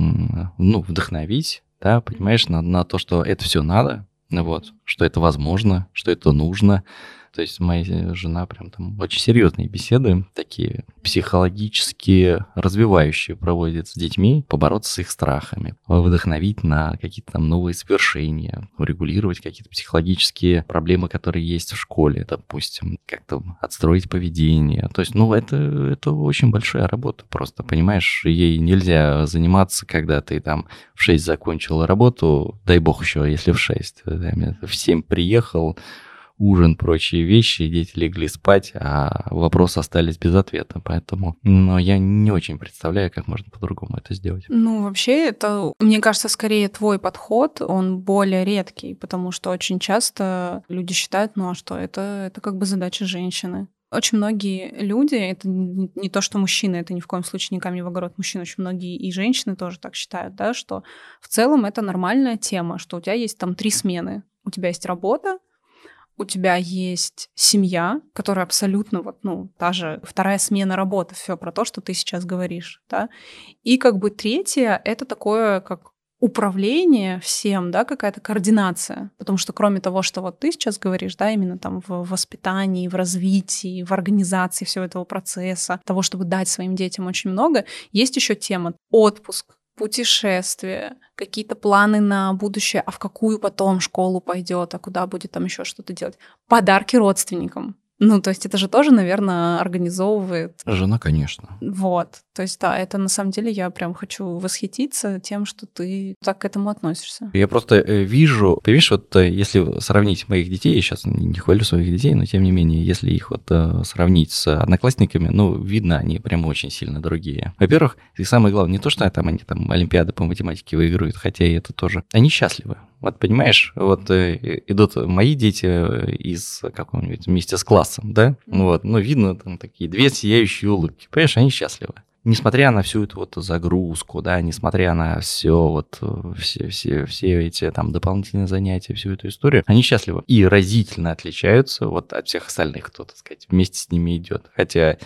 ну, вдохновить, да, понимаешь, на, на то, что это все надо, вот, что это возможно, что это нужно. То есть моя жена прям там очень серьезные беседы, такие психологически развивающие проводит с детьми, побороться с их страхами, вдохновить на какие-то там новые свершения, урегулировать какие-то психологические проблемы, которые есть в школе, допустим, как-то отстроить поведение. То есть, ну, это, это очень большая работа просто, понимаешь, ей нельзя заниматься, когда ты там в шесть закончил работу, дай бог еще, если в шесть, в семь приехал, ужин, прочие вещи, дети легли спать, а вопросы остались без ответа. Поэтому, но я не очень представляю, как можно по-другому это сделать. Ну, вообще, это, мне кажется, скорее твой подход, он более редкий, потому что очень часто люди считают, ну, а что, это, это как бы задача женщины. Очень многие люди, это не то, что мужчины, это ни в коем случае не камень в огород мужчин, очень многие и женщины тоже так считают, да, что в целом это нормальная тема, что у тебя есть там три смены. У тебя есть работа, у тебя есть семья, которая абсолютно вот, ну, та же вторая смена работы, все про то, что ты сейчас говоришь, да. И как бы третье — это такое, как управление всем, да, какая-то координация. Потому что кроме того, что вот ты сейчас говоришь, да, именно там в воспитании, в развитии, в организации всего этого процесса, того, чтобы дать своим детям очень много, есть еще тема отпуск, путешествия, какие-то планы на будущее, а в какую потом школу пойдет, а куда будет там еще что-то делать. Подарки родственникам. Ну, то есть это же тоже, наверное, организовывает. Жена, конечно. Вот. То есть, да, это на самом деле я прям хочу восхититься тем, что ты так к этому относишься. Я просто вижу, понимаешь, вот если сравнить моих детей, я сейчас не хвалю своих детей, но тем не менее, если их вот сравнить с одноклассниками, ну, видно, они прям очень сильно другие. Во-первых, и самое главное, не то, что там они там олимпиады по математике выигрывают, хотя и это тоже. Они счастливы. Вот понимаешь, вот э, идут мои дети из какого-нибудь вместе с классом, да, вот, ну, видно там такие две сияющие улыбки, понимаешь, они счастливы. Несмотря на всю эту вот загрузку, да, несмотря на все вот, все, все, все эти там дополнительные занятия, всю эту историю, они счастливы и разительно отличаются вот от всех остальных, кто, так сказать, вместе с ними идет. Хотя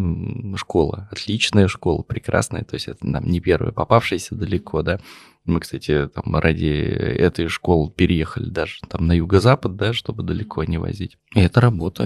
школа, отличная школа, прекрасная, то есть это нам не первая попавшаяся далеко, да. Мы, кстати, там ради этой школы переехали даже там на юго-запад, да, чтобы далеко не возить. И это работа.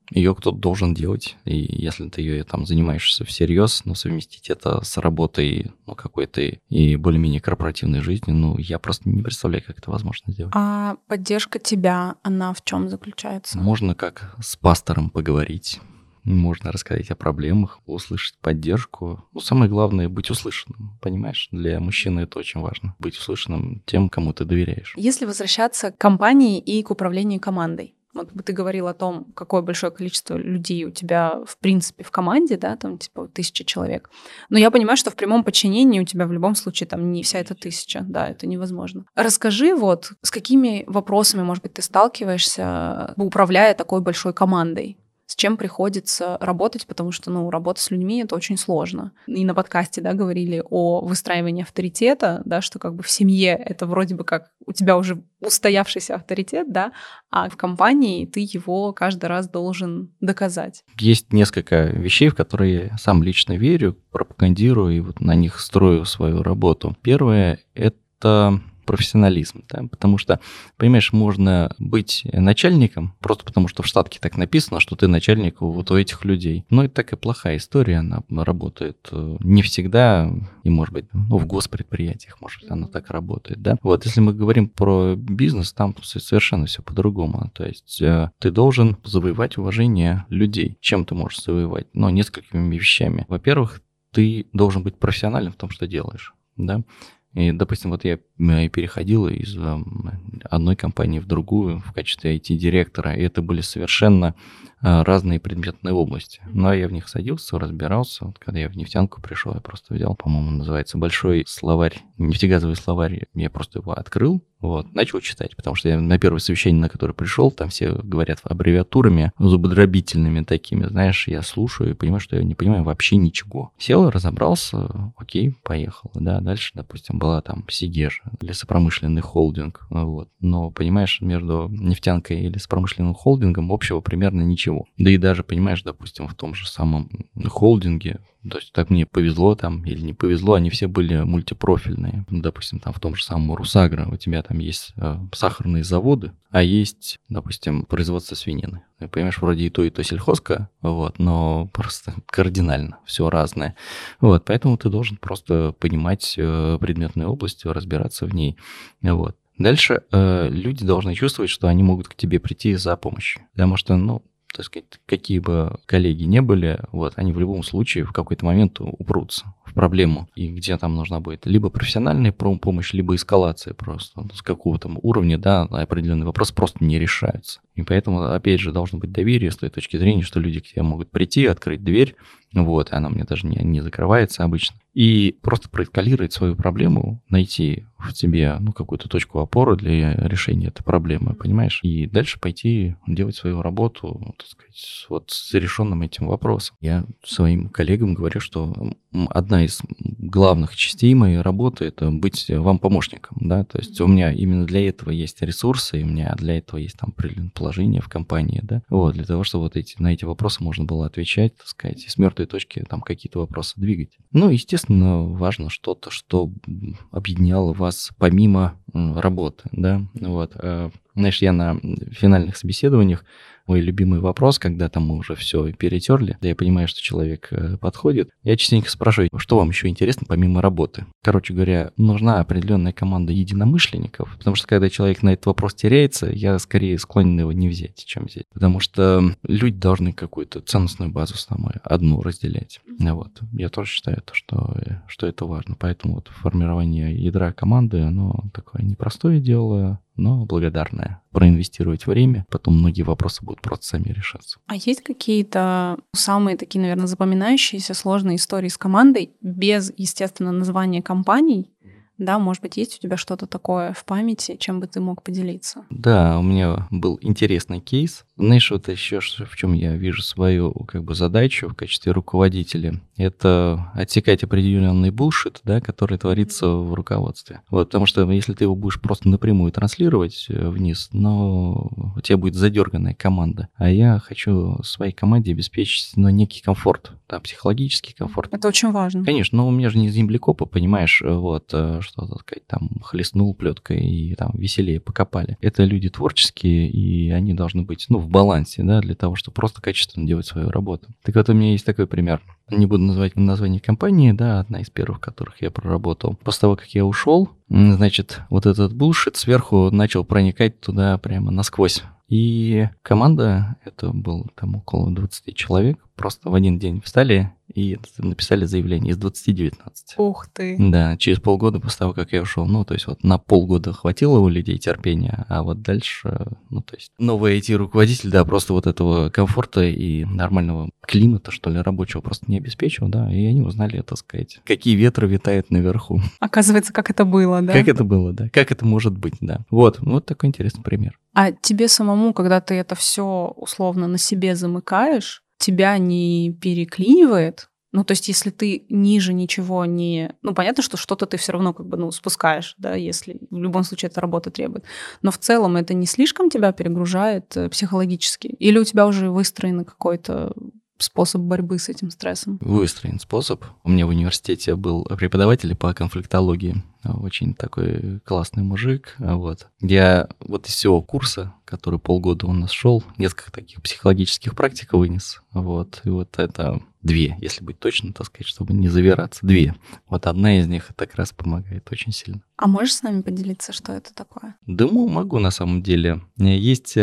Ее кто-то должен делать, и если ты ее там занимаешься всерьез, но совместить это с работой, ну, какой-то и более-менее корпоративной жизнью, ну, я просто не представляю, как это возможно сделать. А поддержка тебя, она в чем заключается? Можно как с пастором поговорить. Можно рассказать о проблемах, услышать поддержку. Ну, самое главное — быть услышанным, понимаешь? Для мужчины это очень важно. Быть услышанным тем, кому ты доверяешь. Если возвращаться к компании и к управлению командой, вот ты говорил о том, какое большое количество людей у тебя, в принципе, в команде, да, там типа тысяча человек. Но я понимаю, что в прямом подчинении у тебя в любом случае там не вся эта тысяча, да, это невозможно. Расскажи вот, с какими вопросами, может быть, ты сталкиваешься, управляя такой большой командой? С чем приходится работать, потому что, ну, работа с людьми — это очень сложно. И на подкасте, да, говорили о выстраивании авторитета, да, что как бы в семье это вроде бы как у тебя уже устоявшийся авторитет, да, а в компании ты его каждый раз должен доказать. Есть несколько вещей, в которые я сам лично верю, пропагандирую и вот на них строю свою работу. Первое — это профессионализм, да, потому что, понимаешь, можно быть начальником просто потому, что в штатке так написано, что ты начальник вот у этих людей. Но это такая плохая история, она работает не всегда, и, может быть, ну, в госпредприятиях, может быть, она так работает, да. Вот, если мы говорим про бизнес, там совершенно все по-другому. То есть ты должен завоевать уважение людей. Чем ты можешь завоевать? Ну, несколькими вещами. Во-первых, ты должен быть профессиональным в том, что делаешь, да. И, допустим, вот я переходил из одной компании в другую в качестве ай ти-директора, и это были совершенно разные предметные области. Но я в них садился, разбирался. Вот когда я в нефтянку пришел, я просто взял, по-моему, называется большой словарь, нефтегазовый словарь, я просто его открыл, вот, начал читать, потому что я на первое совещание, на которое пришел, там все говорят аббревиатурами, зубодробительными такими, знаешь, я слушаю и понимаю, что я не понимаю вообще ничего. Сел, разобрался, окей, поехал, да, дальше, допустим, была там Сигежа, лесопромышленный холдинг, вот, но, понимаешь, между нефтянкой и лесопромышленным холдингом общего примерно ничего. Да и даже, понимаешь, допустим, в том же самом холдинге, то есть так мне повезло там или не повезло, они все были мультипрофильные. Допустим, там в том же самом Русагро у тебя там есть э, сахарные заводы, а есть, допустим, производство свинины. Ты понимаешь, вроде и то, и то сельхозка, вот, но просто кардинально все разное. Вот, поэтому ты должен просто понимать э, предметную область, разбираться в ней. Вот. Дальше э, люди должны чувствовать, что они могут к тебе прийти за помощью. Потому что, ну, так сказать, какие бы коллеги не были, вот, они в любом случае в какой-то момент упрутся в проблему, и где там нужна будет либо профессиональная помощь, либо эскалация просто с какого-то уровня, да, определенный вопрос просто не решаются. И поэтому, опять же, должно быть доверие с той точки зрения, что люди к тебе могут прийти, открыть дверь, вот, и она мне даже не, не закрывается обычно, и просто проэскалировать свою проблему, найти в тебе, ну, какую-то точку опоры для решения этой проблемы, понимаешь? И дальше пойти делать свою работу, так сказать, вот с решенным этим вопросом. Я своим коллегам говорю, что одна из главных частей моей работы — это быть вам помощником, да, то есть у меня именно для этого есть ресурсы, и у меня для этого есть там определенное положение в компании, да, вот, для того, чтобы вот эти, на эти вопросы можно было отвечать, так сказать, и с мертвой точки там какие-то вопросы двигать. Ну, естественно, важно что-то, что объединяло вас помимо работы, да, вот. Знаешь, я на финальных собеседованиях, мой любимый вопрос, когда там мы уже все перетерли, да, я понимаю, что человек подходит, я частенько спрашиваю, что вам еще интересно помимо работы? Короче говоря, нужна определенная команда единомышленников, потому что когда человек на этот вопрос теряется, я скорее склонен его не взять, чем взять. Потому что люди должны какую-то ценностную базу самую одну разделять. Вот. Я тоже считаю, что, что это важно. Поэтому вот формирование ядра команды, оно такое непростое дело, но благодарное. Проинвестировать время, потом многие вопросы будут просто сами решаться. А есть какие-то самые такие, наверное, запоминающиеся сложные истории с командой без, естественно, названия компаний? Да, может быть, есть у тебя что-то такое в памяти, чем бы ты мог поделиться? Да, у меня был интересный кейс. Знаешь, вот еще в чем я вижу свою как бы задачу в качестве руководителя, это отсекать определенный булшит, да, который творится в руководстве. Вот, потому что если ты его будешь просто напрямую транслировать вниз, но у тебя будет задерганная команда. А я хочу своей команде обеспечить, ну, некий комфорт да, психологический комфорт. Это очень важно. Конечно, но у меня же не землекопы, понимаешь, вот, что, так сказать, там, хлестнул плеткой и там веселее покопали. Это люди творческие, и они должны быть, ну, в балансе, да, для того, чтобы просто качественно делать свою работу. Так вот, у меня есть такой пример. Не буду называть название компании, да, одна из первых, в которых я проработал. После того, как я ушел, значит, вот этот булшит сверху начал проникать туда прямо насквозь. И команда, это было там около двадцать человек, просто в один день встали и написали заявление из двадцати девятнадцати. Ух ты! Да, через полгода после того, как я ушел. Ну, то есть вот на полгода хватило у людей терпения, а вот дальше, ну, то есть новый ай ти-руководитель, да, просто вот этого комфорта и нормального климата, что ли, рабочего просто не обеспечил, да, и они узнали, так сказать, какие ветры витают наверху. Оказывается, как это было, да? Как это было, да, как это может быть, да. Вот, вот такой интересный пример. А тебе самому, когда ты это все условно на себе замыкаешь, тебя не переклинивает? Ну, то есть, если ты ниже ничего не... Ну, понятно, что что-то ты все равно как бы, ну, спускаешь, да, если в любом случае эта работа требует. Но в целом это не слишком тебя перегружает психологически? Или у тебя уже выстроен какой-то способ борьбы с этим стрессом? Выстроен способ. У меня в университете был преподаватель по конфликтологии, очень такой классный мужик. Вот. Я вот из всего курса, который полгода у нас шел, несколько таких психологических практик вынес. Вот. И вот это две, если быть точным, так сказать, чтобы не завираться. Две. Вот одна из них как раз помогает очень сильно. А можешь с нами поделиться, что это такое? Да, могу на самом деле. Есть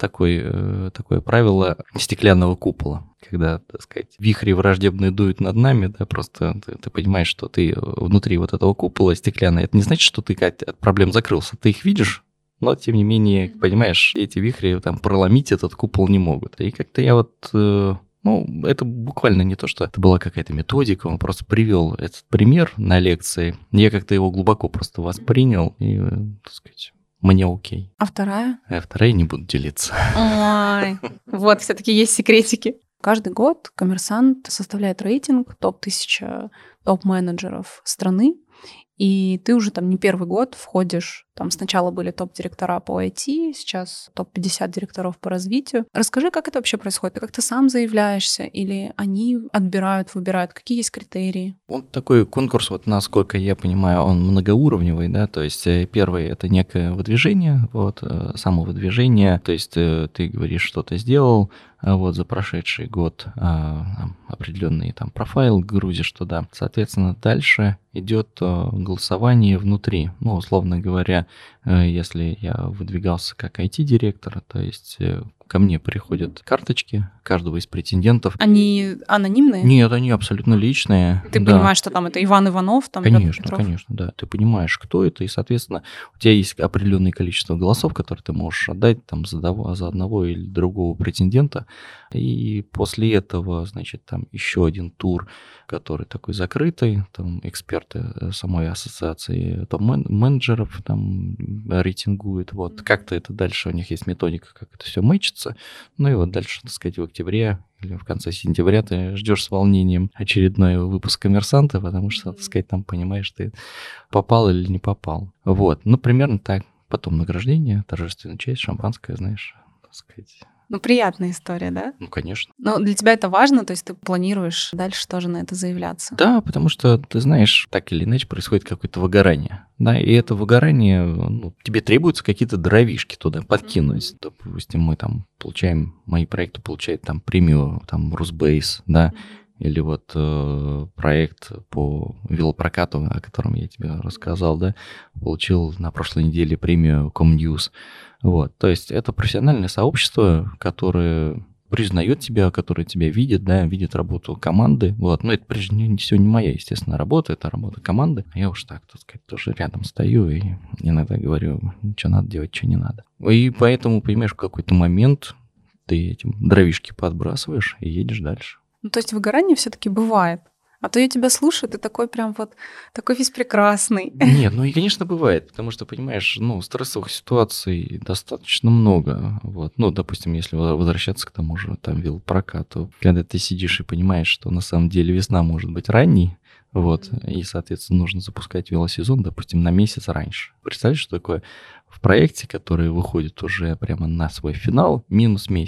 такой, такое правило стеклянного купола. Когда, так сказать, вихри враждебные дуют над нами, да, просто ты, ты понимаешь, что ты внутри вот этого купола стеклянного. Это не значит, что ты от проблем закрылся. Ты их видишь, но, тем не менее, понимаешь, эти вихри там проломить этот купол не могут. И как-то я вот... Ну, это буквально не то, что это была какая-то методика, он просто привел этот пример на лекции. Я как-то его глубоко просто воспринял, и, так сказать, мне окей. А вторая? А вторая не буду делиться. Ой, вот, все-таки есть секретики. Каждый год «Коммерсант» составляет рейтинг топ тысяча топ-менеджеров страны, и ты уже там не первый год входишь, там сначала были топ-директора по ай ти, сейчас топ пятьдесят директоров по развитию. Расскажи, как это вообще происходит? Ты как-то сам заявляешься или они отбирают, выбирают? Какие есть критерии? Вот такой конкурс, вот насколько я понимаю, он многоуровневый, да, то есть первый – это некое выдвижение, вот, самовыдвижение, то есть ты говоришь, что ты сделал, вот, за прошедший год а, определенный там профайл грузишь туда. Соответственно, дальше идет голосование внутри. Ну, условно говоря, если я выдвигался как ай ти-директор, то есть ко мне приходят карточки каждого из претендентов. Они анонимные? Нет, они абсолютно личные. Ты да. понимаешь, что там это Иван Иванов? Там конечно, конечно, да. Ты понимаешь, кто это, и, соответственно, у тебя есть определенное количество голосов, которые ты можешь отдать там за, за одного или другого претендента. И после этого, значит, там еще один тур, который такой закрытый, там эксперты самой ассоциации топ-менеджеров там рейтингуют. Вот как-то это дальше, у них есть методика, как это все мэчится. Ну и вот дальше, так сказать, в октябре или в конце сентября ты ждешь с волнением очередной выпуск «Коммерсанта», потому что, так сказать, там понимаешь, ты попал или не попал. Вот, ну, примерно так. Потом награждение, торжественная часть, шампанское, знаешь, так сказать. Ну, приятная история, да? Ну, конечно. Но для тебя это важно, то есть ты планируешь дальше тоже на это заявляться? Да, потому что, ты знаешь, так или иначе происходит какое-то выгорание. Да, и это выгорание, ну, тебе требуются какие-то дровишки туда подкинуть. Mm-hmm. Допустим, мы там получаем, мои проекты получают там премию, там, Русбейс, да, mm-hmm. или вот э, проект по велопрокату, о котором я тебе рассказал, да, получил на прошлой неделе премию Комньюз. Вот, то есть это профессиональное сообщество, которое признает тебя, которое тебя видит, да, видит работу команды. Вот, но это прежде всего не моя, естественно, работа, это работа команды. А я уж так, так сказать, тоже рядом стою и иногда говорю, что надо делать, что не надо. И поэтому, понимаешь, в какой-то момент ты этим дровишки подбрасываешь и едешь дальше. Ну, то есть выгорание все-таки бывает. А то я тебя слушаю, ты такой прям вот, такой весь прекрасный. Нет, ну и, конечно, бывает, потому что, понимаешь, ну, стрессовых ситуаций достаточно много. Вот. Ну, допустим, если возвращаться к тому же, там, велопрокату, когда ты сидишь и понимаешь, что на самом деле весна может быть ранней, вот, mm-hmm. и, соответственно, нужно запускать велосезон, допустим, на месяц раньше. Представляешь, что такое в проекте, который выходит уже прямо на свой финал, минус месяц.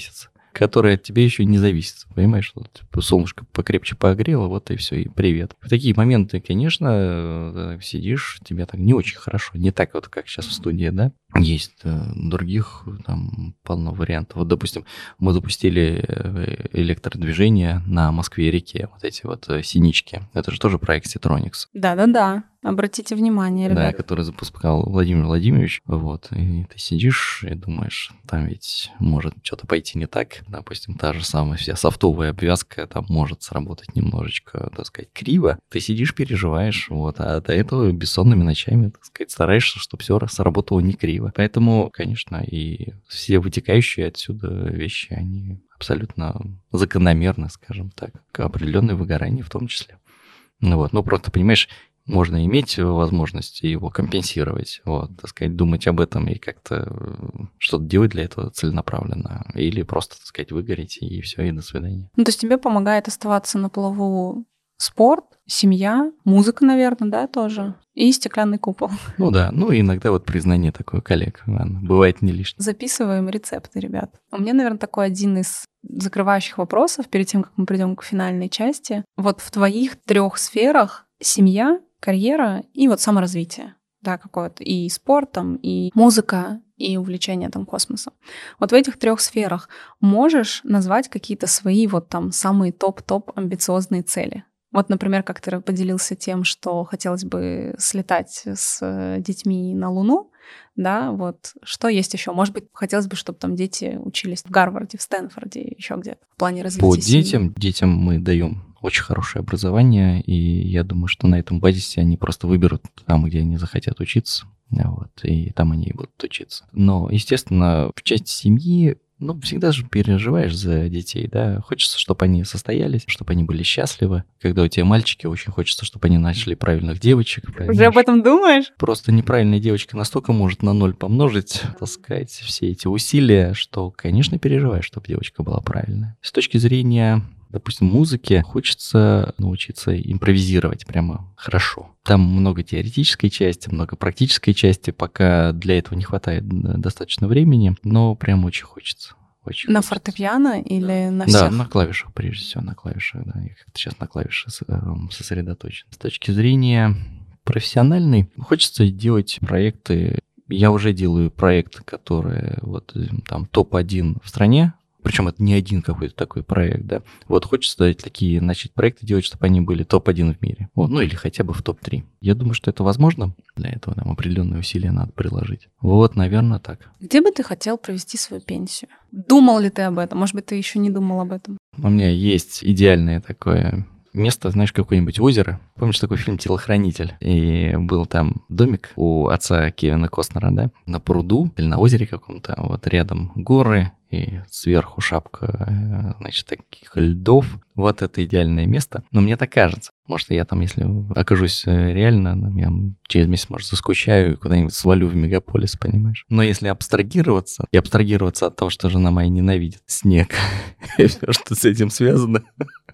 которое от тебя еще не зависит. Понимаешь, вот солнышко покрепче погрело, вот и все, и привет. В такие моменты, конечно, сидишь, тебе так не очень хорошо. Не так вот, как сейчас в студии, да? Есть других там полно вариантов. Вот, допустим, мы запустили электродвижение на Москве-реке, вот эти вот синички. Это же тоже проект Citronics. Да-да-да. Обратите внимание, ребята. Да, который запускал Владимир Владимирович. Вот, и ты сидишь и думаешь, там ведь может что-то пойти не так. Допустим, та же самая вся софтовая обвязка там может сработать немножечко, так сказать, криво. Ты сидишь, переживаешь, вот, а до этого бессонными ночами, так сказать, стараешься, чтобы все сработало не криво. Поэтому, конечно, и все вытекающие отсюда вещи, они абсолютно закономерны, скажем так, к определенной выгоранию в том числе. Ну вот, ну просто, понимаешь, можно иметь возможность его компенсировать, вот, так сказать, думать об этом и как-то что-то делать для этого целенаправленно. Или просто, так сказать, выгореть, и все, и до свидания. Ну, то есть тебе помогает оставаться на плаву спорт, семья, музыка, наверное, да, тоже, и стеклянный купол. Ну да, ну и иногда вот признание такое коллег, ладно, бывает не лишнее. Записываем рецепты, ребят. У меня, наверное, такой один из закрывающих вопросов перед тем, как мы придем к финальной части. Вот в твоих трех сферах семья, карьера и вот саморазвитие, да, какое-то, и спорт, там, и музыка, и увлечение там космосом. Вот в этих трех сферах можешь назвать какие-то свои вот там самые топ-топ амбициозные цели? Вот, например, как ты поделился тем, что хотелось бы слетать с детьми на Луну, да, вот что есть еще? Может быть, хотелось бы, чтобы там дети учились в Гарварде, в Стэнфорде, еще где-то в плане развития По семьи. детям, детям мы даем очень хорошее образование, и я думаю, что на этом базисе они просто выберут там, где они захотят учиться, вот, и там они и будут учиться. Но, естественно, в части семьи, ну, всегда же переживаешь за детей, да, хочется, чтобы они состоялись, чтобы они были счастливы. Когда у тебя мальчики, очень хочется, чтобы они нашли правильных девочек. Уже об этом думаешь? Просто неправильная девочка настолько может на ноль помножить, так сказать, все эти усилия, что, конечно, переживаешь, чтобы девочка была правильная. С точки зрения, допустим, музыки, хочется научиться импровизировать прямо хорошо. Там много теоретической части, много практической части, пока для этого не хватает достаточно времени, но прям очень хочется. Очень на хочется. Фортепиано или на всех? Да, на клавишах, прежде всего, на клавишах, да, я как-то сейчас на клавишах сосредоточен. С точки зрения профессиональной, хочется делать проекты. Я уже делаю проект, который вот там топ один в стране, причем это не один какой-то такой проект, да. Вот хочется такие, начать проекты делать, чтобы они были топ один в мире. Вот, ну или хотя бы в топ три. Я думаю, что это возможно. Для этого нам определенные усилия надо приложить. Вот, наверное, так. Где бы ты хотел провести свою пенсию? Думал ли ты об этом? Может быть, ты еще не думал об этом? У меня есть идеальное такое место, знаешь, какое-нибудь озеро. Помнишь такой фильм «Телохранитель»? И был там домик у отца Кевина Костнера, да? На пруду или на озере каком-то. Вот рядом горы и сверху шапка, значит, таких льдов. Вот это идеальное место. Но мне так кажется. Может, я там, если окажусь реально, я через месяц, может, заскучаю и куда-нибудь свалю в мегаполис, понимаешь? Но если абстрагироваться, и абстрагироваться от того, что жена моя ненавидит снег, и все, что с этим связано,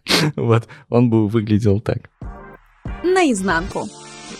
вот, он бы выглядел так. Наизнанку.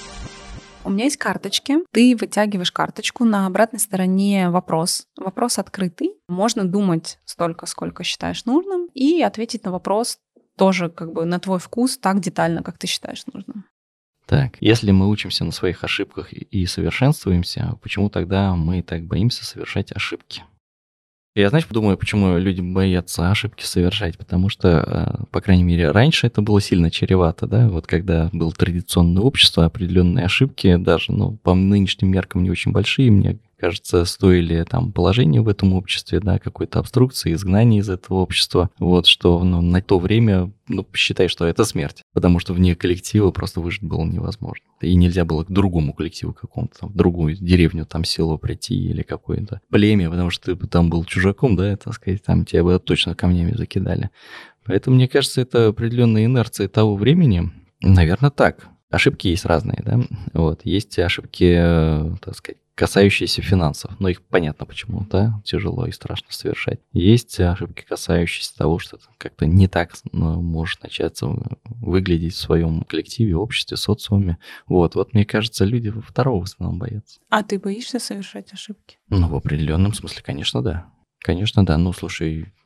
У меня есть карточки. Ты вытягиваешь карточку, на обратной стороне вопрос. Вопрос открытый. Можно думать столько, сколько считаешь нужным, и ответить на вопрос тоже как бы на твой вкус так детально, как ты считаешь нужным. Так, если мы учимся на своих ошибках и совершенствуемся, почему тогда мы так боимся совершать ошибки? Я, знаешь, думаю, почему люди боятся ошибки совершать, потому что, по крайней мере, раньше это было сильно чревато, да, вот когда было традиционное общество, определенные ошибки, даже, ну, по нынешним меркам не очень большие, мне кажется, стоили там положение в этом обществе, да, какой-то обструкции, изгнания из этого общества, вот, что, ну, на то время, ну, считай, что это смерть, потому что вне коллектива просто выжить было невозможно. И нельзя было к другому коллективу какому-то, там, в другую деревню, там, село прийти или какое-то племя, потому что ты бы там был чужаком, да, так сказать, там тебя бы точно камнями закидали. Поэтому, мне кажется, это определенная инерция того времени. Наверное, так. Ошибки есть разные, да, вот, есть ошибки, так сказать, касающиеся финансов, но их понятно почему, да, тяжело и страшно совершать. Есть ошибки, касающиеся того, что как-то не так может начаться выглядеть в своем коллективе, обществе, социуме. Вот, вот мне кажется, люди второго в основном боятся. А ты боишься совершать ошибки? Ну, в определенном смысле, конечно, да. Конечно, да. Ну, слушай,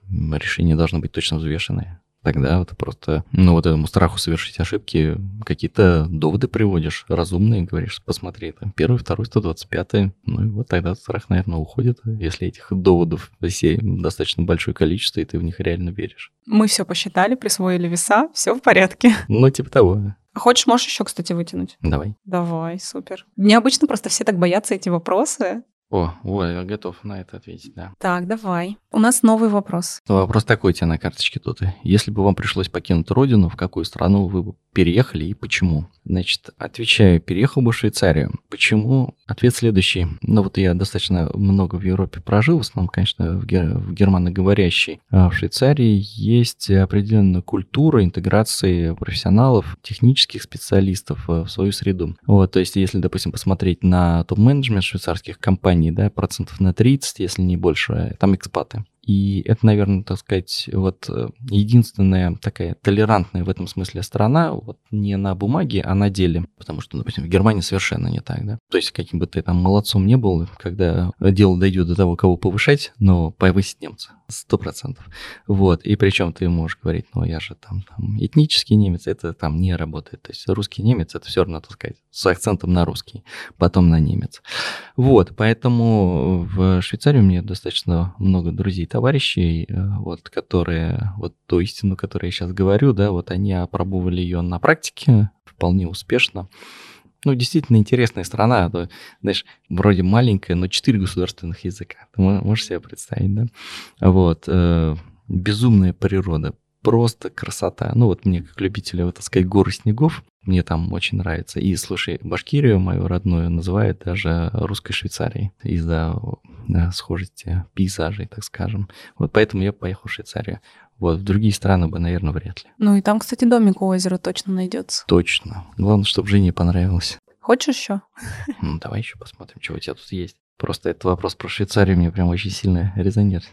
решения должны быть точно взвешенные. Тогда вот просто, ну, вот этому страху совершить ошибки какие-то доводы приводишь разумные, говоришь, посмотри, там, первый, второй, сто двадцать пятый, ну, и вот тогда страх, наверное, уходит, если этих доводов все достаточно большое количество, и ты в них реально веришь. Мы все посчитали, присвоили веса, все в порядке. Ну, типа того. Хочешь, можешь еще, кстати, вытянуть? Давай. Давай, супер. Необычно просто все так боятся эти вопросы. О, ой, я готов на это ответить, да. Так, давай. У нас новый вопрос. Вопрос такой у тебя на карточке тут. Если бы вам пришлось покинуть родину, в какую страну вы бы переехали и почему? Значит, отвечаю, переехал бы в Швейцарию. Почему? Ответ следующий. Ну вот я достаточно много в Европе прожил, в основном, конечно, в, гер- в германоговорящей. А в Швейцарии есть определенная культура интеграции профессионалов, технических специалистов в свою среду. Вот, то есть, если, допустим, посмотреть на топ-менеджмент швейцарских компаний, да, процентов на тридцать, если не больше, там экспаты. И это, наверное, так сказать, вот единственная такая толерантная в этом смысле страна, вот не на бумаге, а на деле. Потому что, допустим, в Германии совершенно не так, да. То есть, каким бы ты там молодцом не был, когда дело дойдет до того, кого повышать, но повысить немца. Сто процентов. Вот. И причем ты можешь говорить, ну, я же там, там этнический немец, это там не работает. То есть, русский немец, это все равно, так сказать, с акцентом на русский, потом на немец. Вот. Поэтому в Швейцарии у меня достаточно много друзей, товарищей, вот, которые, вот ту истину, которую я сейчас говорю, да, вот они опробовали ее на практике вполне успешно. Ну, действительно интересная страна, то, знаешь, вроде маленькая, но четыре государственных языка. Ты можешь себе представить, да? Вот, э, безумная природа, просто красота. Ну, вот мне, как любителю, вот, так сказать, горы снегов, мне там очень нравится. И, слушай, Башкирию, мою родную, называют даже русской Швейцарией из-за да, схожести пейзажей, так скажем. Вот поэтому я поехал в Швейцарию. Вот, в другие страны бы, наверное, вряд ли. Ну и там, кстати, домик у озера точно найдется. Точно. Главное, чтобы Жене понравилось. Хочешь еще? Ну, давай еще посмотрим, что у тебя тут есть. Просто этот вопрос про Швейцарию мне прям очень сильно резонирует.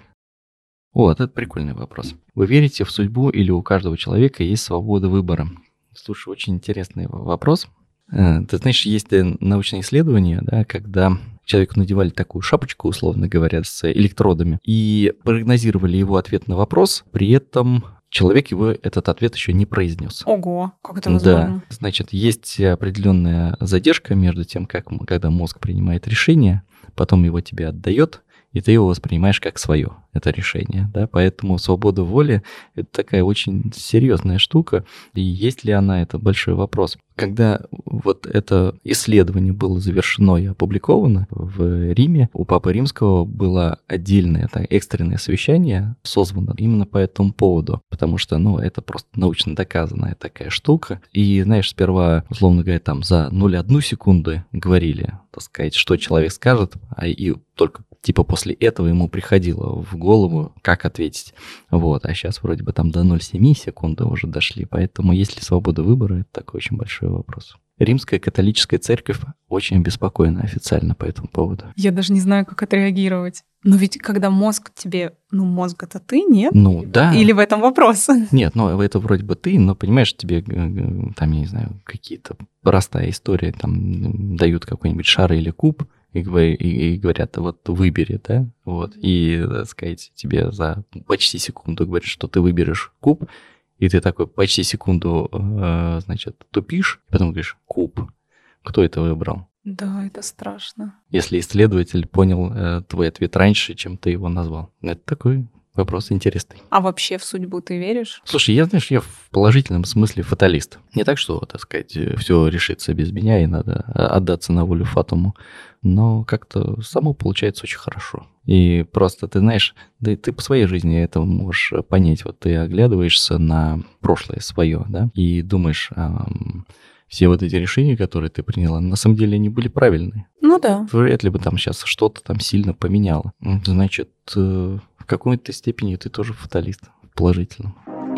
Вот, это прикольный вопрос. Вы верите в судьбу или у каждого человека есть свобода выбора? Слушай, очень интересный вопрос. Ты знаешь, есть научные исследования, да, когда человеку надевали такую шапочку, условно говоря, с электродами, и прогнозировали его ответ на вопрос, при этом человек его этот ответ еще не произнес. Ого, как это возможно? Да, значит, есть определенная задержка между тем, как, когда мозг принимает решение, потом его тебе отдает, и ты его воспринимаешь как свое, это решение, да, поэтому свобода воли – это такая очень серьезная штука, и есть ли она – это большой вопрос. Когда вот это исследование было завершено и опубликовано в Риме, у Папы Римского было отдельное так, экстренное совещание созвано именно по этому поводу, потому что, ну, это просто научно доказанная такая штука, и, знаешь, сперва, условно говоря, там за ноль целых одну секунду говорили, так сказать, что человек скажет, а и только типа после этого ему приходило в голову, как ответить. Вот, а сейчас вроде бы там до ноль целых семь секунды уже дошли, поэтому есть ли свобода выбора, это такой очень большой вопрос. Римская католическая церковь очень обеспокоена официально по этому поводу. Я даже не знаю, как отреагировать. Но ведь когда мозг тебе... Ну, мозг это ты, нет? Ну, да. Или в этом вопрос? Нет, ну, это вроде бы ты, но, понимаешь, тебе там, я не знаю, какие-то простая история, там, дают какой-нибудь шар или куб, и, и, и говорят, вот выбери, да, вот, и, так сказать, тебе за почти секунду говорят, что ты выберешь куб, и ты такой почти секунду, э, значит, тупишь, и потом говоришь, куб, кто это выбрал? Да, это страшно. Если исследователь понял э, твой ответ раньше, чем ты его назвал. Это такой вопрос интересный. А вообще в судьбу ты веришь? Слушай, я, знаешь, я в положительном смысле фаталист. Не так, что, так сказать, все решится без меня и надо отдаться на волю фатуму, но как-то само получается очень хорошо. И просто, ты знаешь, да и ты по своей жизни это можешь понять. Вот ты оглядываешься на прошлое свое, да, и думаешь... Эм, все вот эти решения, которые ты приняла, на самом деле они были правильные. Ну да. Вряд ли бы там сейчас что-то там сильно поменяло. Значит, в какой-то степени ты тоже фаталист, положительно.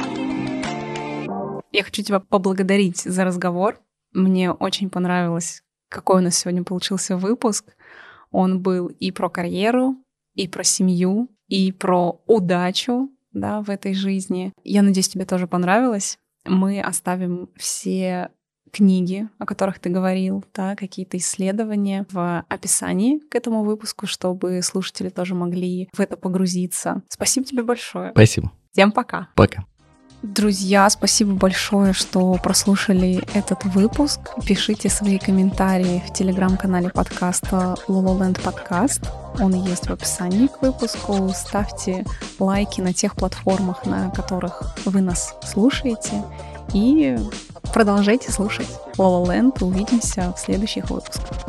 Я хочу тебя поблагодарить за разговор. Мне очень понравилось, какой у нас сегодня получился выпуск. Он был и про карьеру, и про семью, и про удачу, да, в этой жизни. Я надеюсь, тебе тоже понравилось. Мы оставим все книги, о которых ты говорил, да, какие-то исследования в описании к этому выпуску, чтобы слушатели тоже могли в это погрузиться. Спасибо тебе большое. Спасибо. Всем пока. Пока. Друзья, спасибо большое, что прослушали этот выпуск. Пишите свои комментарии в телеграм-канале подкаста лололенд Podcast. Он есть в описании к выпуску. Ставьте лайки на тех платформах, на которых вы нас слушаете. И продолжайте слушать лололенд. Увидимся в следующих выпусках.